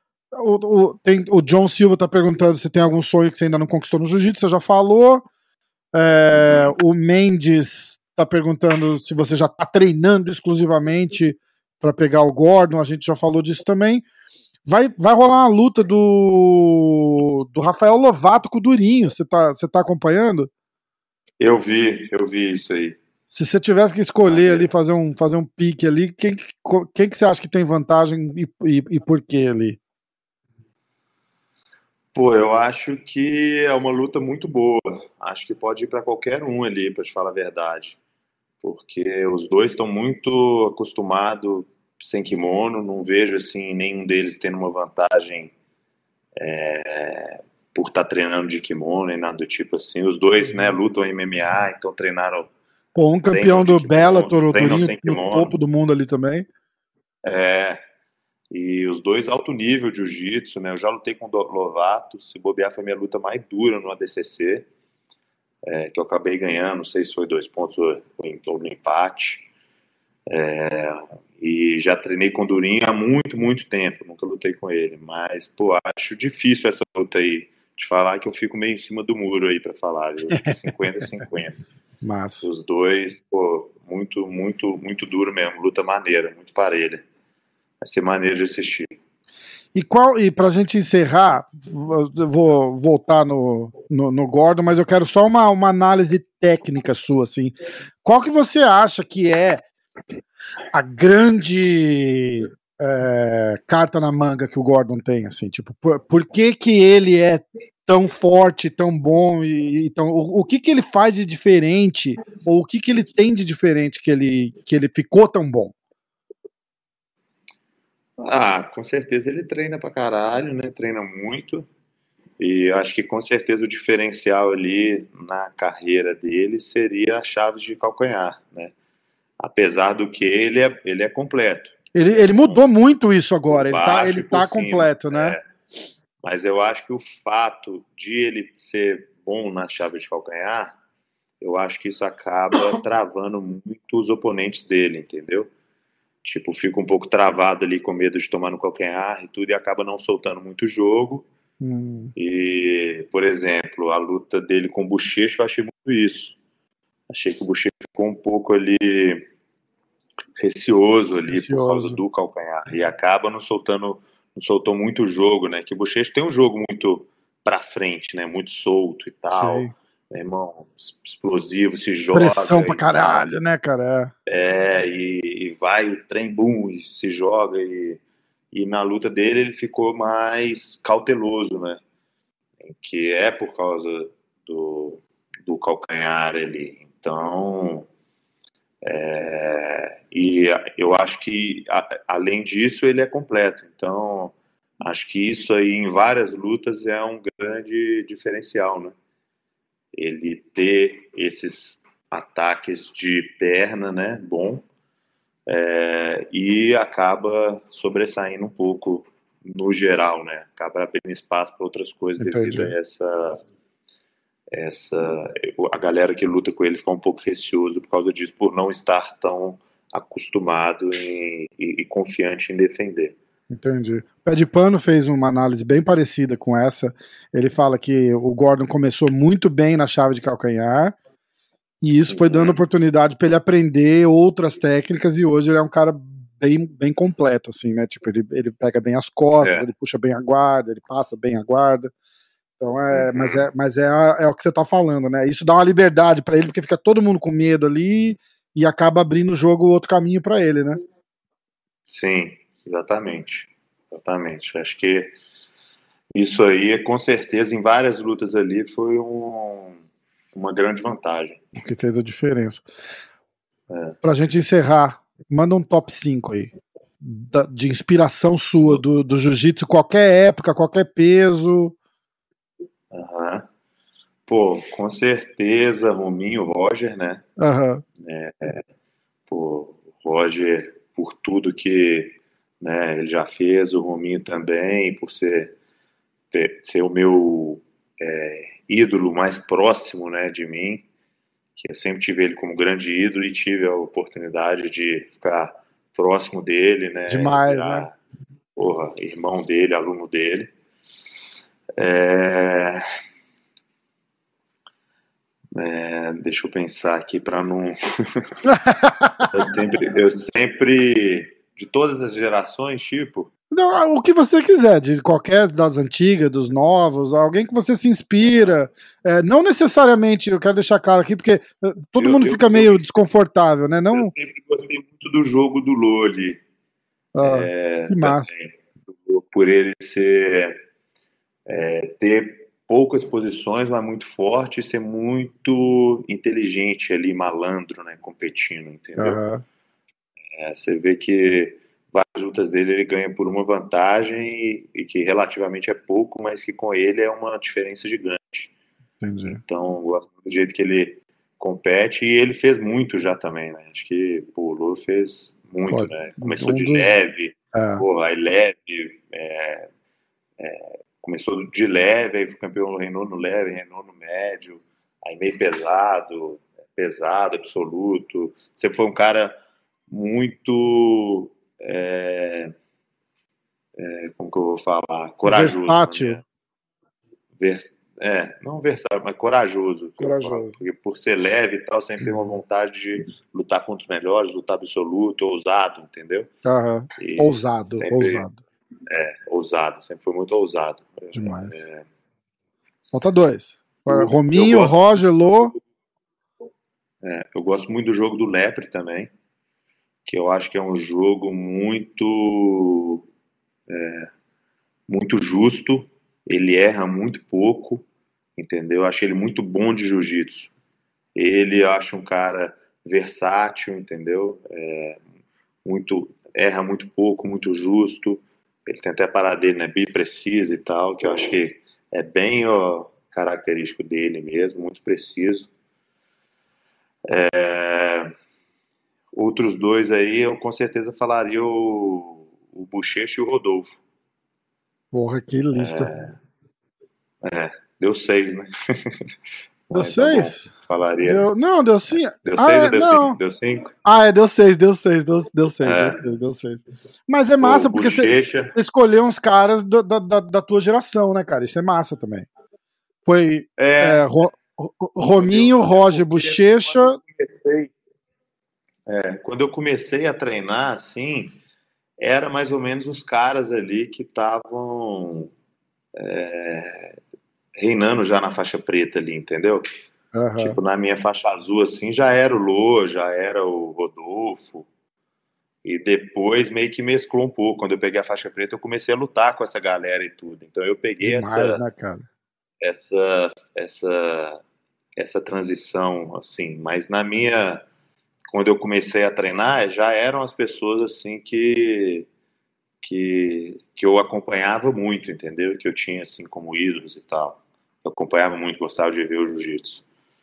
O John Silva tá perguntando se tem algum sonho que você ainda não conquistou no jiu-jitsu, você já falou. O Mendes tá perguntando se você já tá treinando exclusivamente para pegar o Gordon, a gente já falou disso também. Vai rolar uma luta do Rafael Lovato com o Durinho, você tá acompanhando? Eu vi isso aí. Se você tivesse que escolher ali, fazer um pique ali, quem que você acha que tem vantagem e por que ali? Pô, eu acho que é uma luta muito boa. Acho que pode ir para qualquer um ali, para te falar a verdade. Porque os dois estão muito acostumados sem kimono, não vejo assim nenhum deles tendo uma vantagem por estar treinando de kimono e nada do tipo assim. Os dois, né, lutam MMA, então treinaram. Pô, um campeão do Bellator, o Durinho no kimono. Topo do mundo ali também. E os dois alto nível de jiu-jitsu, né? Eu já lutei com o Lovato, se bobear foi minha luta mais dura no ADCC, que eu acabei ganhando, não sei se foi 2 pontos ou no empate. E já treinei com o Durinho há muito tempo, nunca lutei com ele, mas, pô, acho difícil essa luta aí, de falar que eu fico meio em cima do muro aí pra falar, viu? 50-50. Massa. Os dois, pô, muito duro mesmo, luta maneira, muito parelha. Vai ser maneiro de assistir. E pra gente encerrar, eu vou voltar no Gordon, mas eu quero só uma análise técnica sua, assim. Qual que você acha que é a grande carta na manga que o Gordon tem, assim? Tipo, por que ele é tão forte, tão bom, o que ele faz de diferente, ou o que ele tem de diferente que ele ficou tão bom? Com certeza ele treina pra caralho, né? Treina muito. E acho que com certeza o diferencial ali na carreira dele seria as chaves de calcanhar, né? Apesar do que ele é completo. Ele mudou muito isso agora, ele tá completo, né? Mas eu acho que o fato de ele ser bom na chave de calcanhar, eu acho que isso acaba travando muito os oponentes dele, entendeu? Tipo, fica um pouco travado ali com medo de tomar no calcanhar e tudo, e acaba não soltando muito jogo. E, por exemplo, a luta dele com o Bochecha, eu achei muito isso. Achei que o Bochecha ficou um pouco ali receoso ali por causa do calcanhar. E acaba não soltou muito jogo, né? Que o Bochecha tem um jogo muito pra frente, né? Muito solto e tal. Sim. Meu irmão, explosivo, se joga. Pressão pra caralho, né, cara? E vai o trem, boom, e se joga e na luta dele ele ficou mais cauteloso, né? Que é por causa do calcanhar ali. Então, e eu acho que, além disso, ele é completo. Então, acho que isso aí, em várias lutas, é um grande diferencial, né? Ele ter esses ataques de perna, né? Bom. E acaba sobressaindo um pouco no geral, né? Acaba abrindo espaço para outras coisas. Entendi. Devido a a galera que luta com ele fica um pouco receoso por causa disso, por não estar tão acostumado e confiante em defender. Entendi. Pé de Pano fez uma análise bem parecida com essa. Ele fala que o Gordon começou muito bem na chave de calcanhar e isso foi dando oportunidade para ele aprender outras técnicas e hoje ele é um cara bem completo, assim, né? Tipo, ele pega bem as costas, ele puxa bem a guarda, ele passa bem a guarda. Então mas é o que você tá falando, né? Isso dá uma liberdade para ele porque fica todo mundo com medo ali e acaba abrindo o jogo outro caminho para ele, né? Sim, exatamente. Acho que isso aí, com certeza, em várias lutas ali, foi uma grande vantagem. O que fez a diferença. Pra gente encerrar, manda um top 5 aí. De inspiração sua, do jiu-jitsu, qualquer época, qualquer peso. Pô, com certeza, Rominho, Roger, né? Pô, Roger, por tudo que, né, ele já fez, o Rominho também, por ser o meu ídolo mais próximo, né, de mim, que eu sempre tive ele como grande ídolo e tive a oportunidade de ficar próximo dele, né, Demais, virar, né? Porra, irmão dele, aluno dele. Deixa eu pensar aqui para não. eu sempre, de todas as gerações, tipo. Não, o que você quiser, de qualquer das antigas, dos novos, alguém que você se inspira. Não necessariamente, eu quero deixar claro aqui, porque todo mundo fica meio desconfortável, né? Não... Eu sempre gostei muito do jogo do Loli. Que massa. Por ele ter poucas posições, mas muito forte, e ser muito inteligente ali, malandro, né? Competindo, entendeu? Você vê que várias lutas dele ele ganha por uma vantagem e que relativamente é pouco, mas que com ele é uma diferença gigante. Entendi. Então, eu gosto do jeito que ele compete e ele fez muito já também, né? Acho que o Lula fez muito, né? Começou de leve, aí leve, começou de leve, aí foi campeão reinou no leve, reinou no médio, aí meio pesado, absoluto. Sempre foi um cara muito como que eu vou falar? Corajoso. Versátil. Não versátil, mas corajoso. Porque por ser leve e tal, sempre tem uma vontade de lutar contra os melhores, lutar absoluto, ousado, entendeu? Ousado. Ousado, sempre foi muito ousado. Demais. Falta 2. Rominho, Roger, Lô. Eu gosto muito do jogo do Lepre também, que eu acho que é um jogo muito justo, ele erra muito pouco, entendeu? Eu acho ele muito bom de jiu-jitsu. Ele, eu acho um cara versátil, entendeu? Erra muito pouco, muito justo. Ele tem até a parada dele, né? Bem precisa e tal, que eu acho que é bem característico dele mesmo, muito preciso. Outros dois aí, eu com certeza falaria o Bochecha e o Rodolfo. Porra, que lista. Deu 6, né? Deu 6? Tá, falaria. Não, deu 5. Deu 6 ou deu 5? Deu 5? Deu 6. Mas é massa, porque você escolheu uns caras da tua geração, né, cara? Isso é massa também. Foi Rominho, Roger, Bochecha. Quando eu comecei a treinar, assim, era mais ou menos os caras ali que estavam reinando já na faixa preta ali, entendeu? Tipo, na minha faixa azul, assim, já era o Lô, já era o Rodolfo E depois meio que mesclou um pouco. Quando eu peguei a faixa preta, eu comecei a lutar com essa galera e tudo. Então eu peguei Demais, né, cara? essa transição, assim. Mas quando eu comecei a treinar, já eram as pessoas, assim, que eu acompanhava muito, entendeu? Que eu tinha, assim, como ídolos e tal. Eu acompanhava muito, gostava de ver o jiu-jitsu.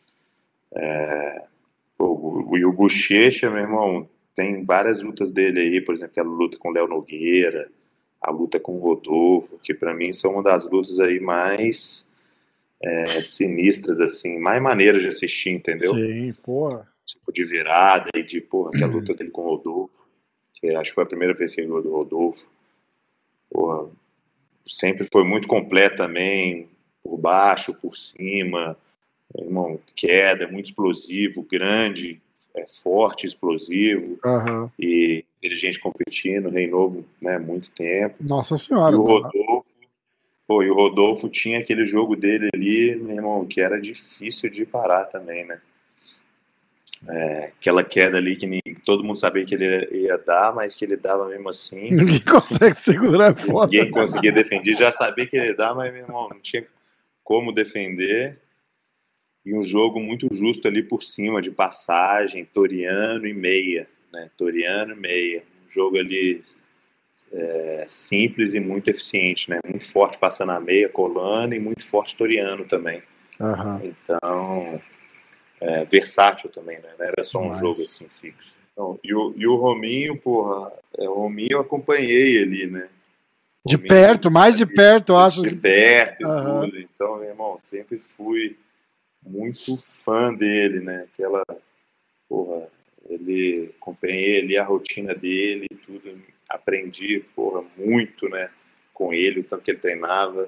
E o Bochecha, meu irmão, tem várias lutas dele aí, por exemplo, aquela luta com o Léo Nogueira, a luta com o Rodolfo, que pra mim são uma das lutas aí mais sinistras, assim, mais maneiras de assistir, entendeu? Sim, porra. Tipo, de virada e de, porra, aquela luta dele com o Rodolfo, que acho que foi a primeira vez que ele ganhou do Rodolfo. Porra, sempre foi muito completo também, por baixo, por cima, irmão, queda, muito explosivo, grande, forte, explosivo e inteligente competindo, reinou, né, muito tempo. Nossa senhora. E o Rodolfo tinha aquele jogo dele ali, meu irmão, que era difícil de parar também, né? Aquela queda ali que todo mundo sabia que ele ia dar, mas que ele dava mesmo assim. Ninguém consegue segurar, é foda. Ninguém conseguia defender, já sabia que ele ia dar, mas, meu irmão, não tinha como defender. E um jogo muito justo ali por cima, de passagem, Toriano e meia, né? Toriano e meia. Um jogo ali simples e muito eficiente, né? Muito forte passando a meia, colando, e muito forte Toriano também. Então, versátil também, né? Não era só um jogo assim fixo. Então, e o Rominho, porra, o Rominho eu acompanhei ali, né? De perto, mais de perto, eu acho. De perto e tudo. Então, meu irmão, sempre fui muito fã dele, né? Porra, acompanhei ali a rotina dele e tudo, aprendi, porra, muito, né? Com ele, o tanto que ele treinava,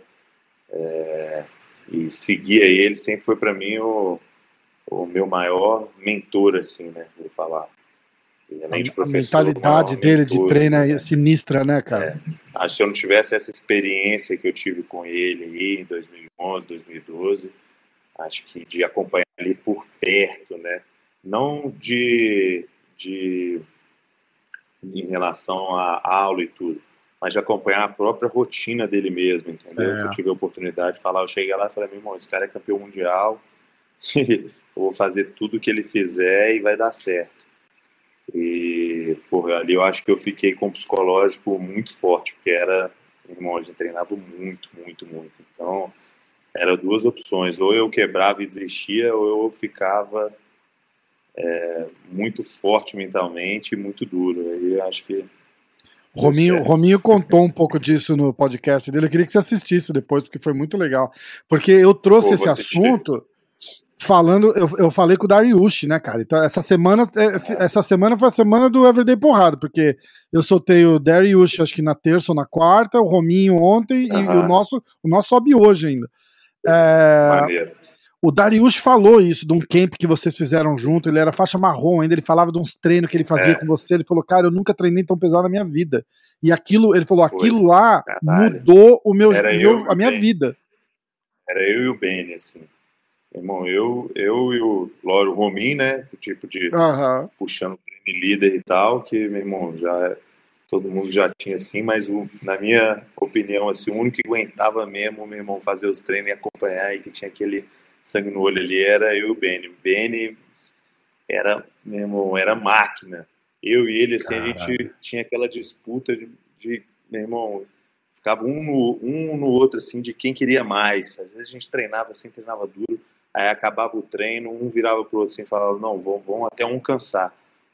e seguia ele, sempre foi para mim o meu maior mentor, assim, né? Vou falar. Além de professor, a mentalidade dele de treino é sinistra, né, cara? Acho que se eu não tivesse essa experiência que eu tive com ele aí em 2011, 2012, acho que de acompanhar ali por perto, né? Não em relação à aula e tudo, mas de acompanhar a própria rotina dele mesmo, entendeu? Eu tive a oportunidade de falar, eu cheguei lá e falei, meu irmão, esse cara é campeão mundial, eu vou fazer tudo o que ele fizer e vai dar certo. E, porra, ali eu acho que eu fiquei com um psicológico muito forte, porque meu irmão, a gente treinava muito, muito, muito. Então, eram duas opções, ou eu quebrava e desistia, ou eu ficava muito forte mentalmente e muito duro. Aí eu acho que Rominho contou um pouco disso no podcast dele. Eu queria que você assistisse depois, porque foi muito legal. Porque eu trouxe esse assunto falando. Eu falei com o Dariush, né, cara? Então, essa semana foi a semana do Everyday Porrada, porque eu soltei o Dariush, acho que na terça ou na quarta, o Rominho ontem, e o nosso sobe hoje ainda. Maneiro. O Dariush falou isso de um camp que vocês fizeram junto. Ele era faixa marrom ainda. Ele falava de uns treinos que ele fazia com você. Ele falou, cara, eu nunca treinei tão pesado na minha vida. E aquilo, ele falou, aquilo lá mudou a minha vida. Era eu e o Benny, assim. Irmão, eu e o Loro Romin, né? Tipo de puxando o treino líder e tal, que, meu irmão, todo mundo já tinha assim, mas na minha opinião, assim, o único que aguentava mesmo, meu irmão, fazer os treinos e acompanhar e que tinha aquele sangue no olho ali era eu e o Benny. O Benny meu irmão, era máquina. Eu e ele, assim, a gente tinha aquela disputa de meu irmão, ficava um no outro, assim, de quem queria mais. Às vezes a gente treinava assim, treinava duro, aí acabava o treino, um virava pro outro assim e falava, não, vamos até um cansar.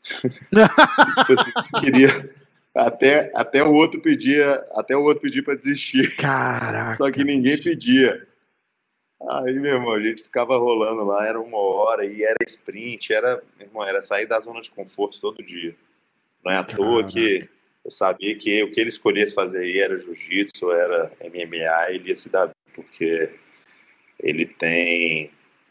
Tipo assim, queria... Até o outro pedia para desistir. Caraca. Só que ninguém pedia. Aí, meu irmão, a gente ficava rolando lá, era 1 hora, e era sprint, meu irmão, era sair da zona de conforto todo dia. Não é à toa que eu sabia que o que ele escolhesse fazer aí era jiu-jitsu, era MMA, ele ia se dar bem, porque ele tem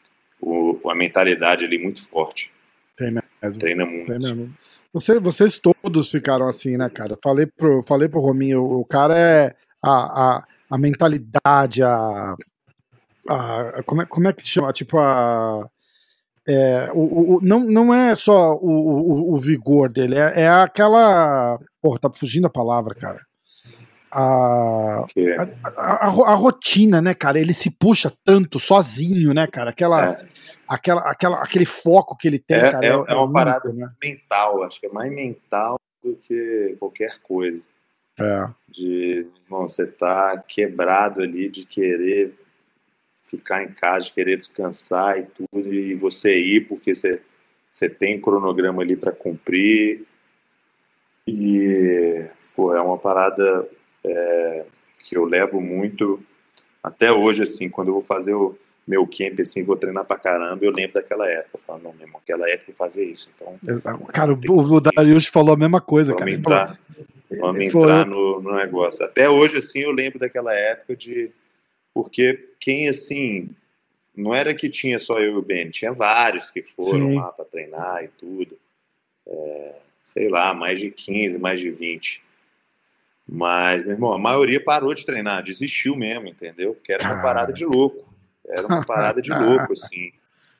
a mentalidade ali muito forte. Tem mesmo. Treina muito. Tem mesmo. Vocês todos ficaram assim, né, cara? Falei pro Rominho, o cara é a mentalidade, como é que chama? Tipo, Não é só o vigor dele, é aquela. Porra, tá fugindo a palavra, cara. A rotina, né, cara? Ele se puxa tanto sozinho, né, cara? Aquele foco que ele tem, cara. É uma único, parada, né? Mental, acho que é mais mental do que qualquer coisa. De, irmão, você tá quebrado ali de querer ficar em casa, de querer descansar e tudo, e você ir porque você tem cronograma ali para cumprir. E, pô, é uma parada que eu levo muito até hoje, assim, quando eu vou fazer o meu camp, assim, vou treinar pra caramba, eu lembro daquela época. Eu falo, não, meu irmão, aquela época eu fazer isso. Então, cara, o Darius falou a mesma coisa, vamos cara. Vamos entrar no negócio. Até hoje, assim, eu lembro daquela época porque quem, assim, não era que tinha só eu e o Ben, tinha vários que foram lá pra treinar e tudo. Sei lá, mais de 15, mais de 20. Mas, meu irmão, a maioria parou de treinar, desistiu mesmo, entendeu? Porque era uma parada de louco. Era uma parada de louco, assim.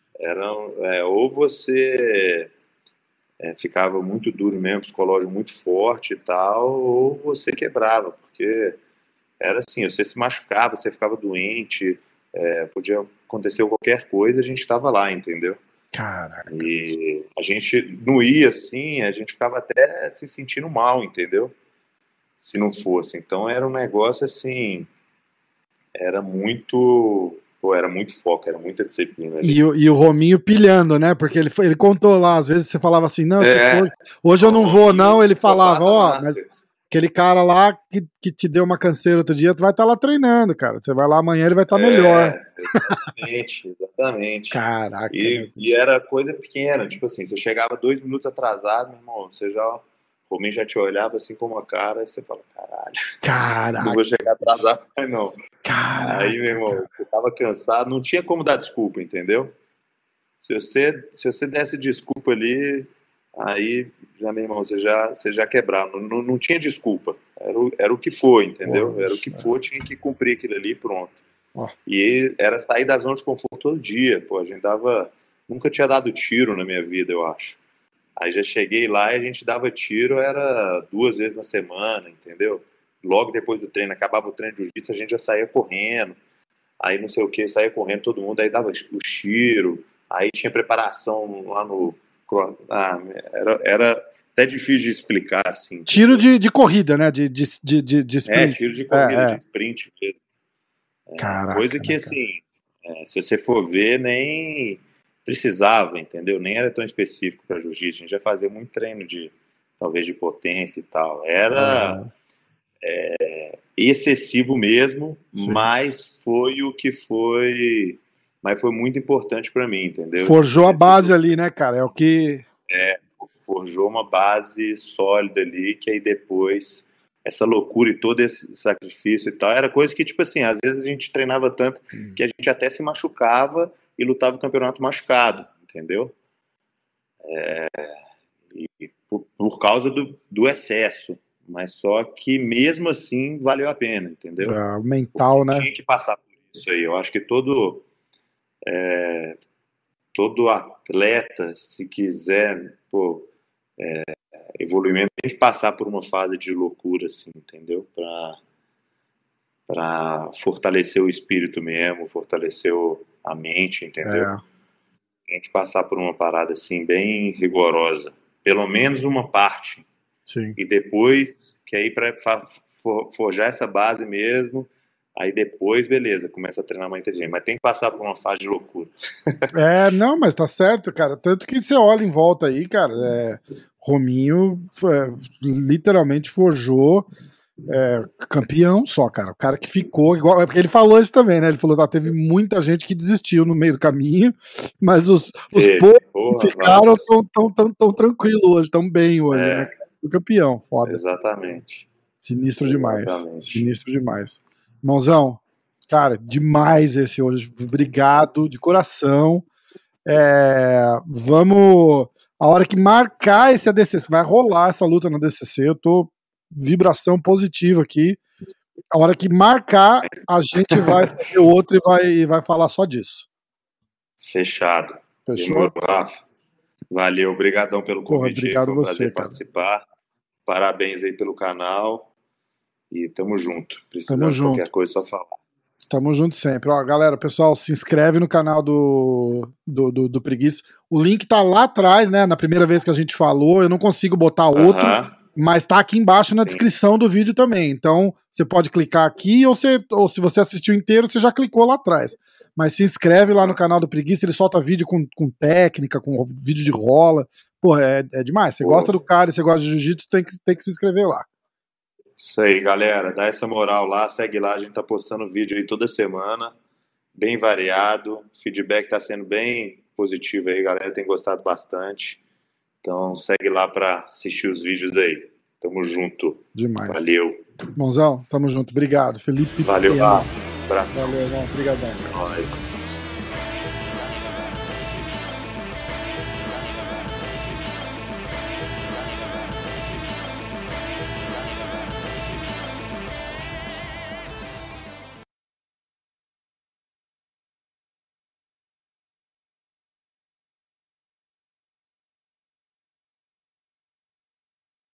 Ou você ficava muito duro mesmo, psicológico muito forte e tal, ou você quebrava, porque era assim, você se machucava, você ficava doente, podia acontecer qualquer coisa, a gente estava lá, entendeu? Caraca. E a gente não ia assim, a gente ficava até se sentindo mal, entendeu? Se não fosse. Então era um negócio assim, era muito foco, era muita disciplina. E o Rominho pilhando, né? Porque ele contou lá, às vezes você falava assim, não, hoje eu não vou, não. Ele falava, mas aquele cara lá que te deu uma canseira outro dia, tu vai estar lá treinando, cara. Você vai lá amanhã, ele vai estar melhor. Exatamente. Caraca. E era coisa pequena, tipo assim, você chegava 2 minutos atrasado, meu irmão, o Rominho já te olhava assim com uma cara, e você fala, Caraca. Não vou chegar atrasado, não. Caraca. Aí, meu irmão, eu tava cansado, não tinha como dar desculpa, entendeu? Se você desse desculpa ali, aí, meu irmão, você já quebrava. Não tinha desculpa. Era o que foi, entendeu? Era o que for, tinha que cumprir aquilo ali, pronto. E era sair da zona de conforto todo dia. Pô, a gente nunca tinha dado tiro na minha vida, eu acho. Aí já cheguei lá e a gente dava tiro, era 2 vezes na semana, entendeu? Logo depois do treino, acabava o treino de jiu-jitsu, a gente já saía correndo. Aí não sei o que, saía correndo todo mundo, aí dava o tiro. Aí tinha preparação lá no... Era até difícil de explicar, assim. Tiro de corrida, né? De sprint. Tiro de corrida, de sprint mesmo. Caraca, coisa que, assim, se você for ver, nem precisava, entendeu? Nem era tão específico para jiu-jitsu. A gente já fazia muito treino talvez de potência e tal. Era excessivo mesmo, mas foi o que foi... Mas foi muito importante para mim, entendeu? Forjou a base ali, né, cara? É o que... forjou uma base sólida ali, que aí depois... essa loucura e todo esse sacrifício e tal, era coisa que, tipo assim, às vezes a gente treinava tanto que a gente até se machucava e lutava o campeonato machucado, entendeu? E por causa do excesso, mas só que mesmo assim valeu a pena, entendeu? O mental, né? Tinha que passar por isso aí. Eu acho que todo atleta, se quiser, evoluimento, tem que passar por uma fase de loucura, assim, entendeu? Para fortalecer o espírito mesmo, fortalecer a mente, entendeu? Tem que passar por uma parada, assim, bem rigorosa. Pelo menos uma parte. Sim. E depois, que aí para forjar essa base mesmo, aí depois, beleza, começa a treinar mais inteligente. Mas tem que passar por uma fase de loucura. Não, mas tá certo, cara. Tanto que você olha em volta aí, cara, Rominho literalmente forjou campeão só, cara. O cara que ficou igual. Porque ele falou isso também, né? Ele falou que teve muita gente que desistiu no meio do caminho, mas os poucos que ficaram tão tranquilos hoje, tão bem hoje, né? O campeão, foda. Exatamente. Sinistro demais. Sinistro demais. Irmãozão, cara, demais esse hoje. Obrigado, de coração. Vamos. A hora que marcar esse ADCC, vai rolar essa luta no ADCC. Eu tô vibração positiva aqui. A hora que marcar, a gente vai fazer outro e vai falar só disso. Fechado. Fechou? Demorou, Rafa. Valeu, obrigadão pelo convite. Obrigado foi um prazer cara. participar. Parabéns aí pelo canal. E tamo junto. Precisando de qualquer coisa, só falar. Estamos juntos sempre. Ó, galera, pessoal, se inscreve no canal do Preguiça. O link tá lá atrás, né? Na primeira vez que a gente falou. Eu não consigo botar outro, mas tá aqui embaixo na descrição do vídeo também. Então, você pode clicar aqui ou se você assistiu inteiro, você já clicou lá atrás. Mas se inscreve lá no canal do Preguiça. Ele solta vídeo com técnica, com vídeo de rola. Pô, é demais. Você gosta do cara e você gosta de jiu-jitsu, tem que se inscrever lá. Isso aí, galera. Dá essa moral lá, segue lá. A gente tá postando vídeo aí toda semana, bem variado. O feedback tá sendo bem positivo aí, galera. Tem gostado bastante. Então segue lá pra assistir os vídeos aí. Tamo junto. Demais. Valeu. Mãozão, tamo junto. Obrigado. Felipe. Valeu, Rafa. Valeu, irmão. Obrigadão. É nóis.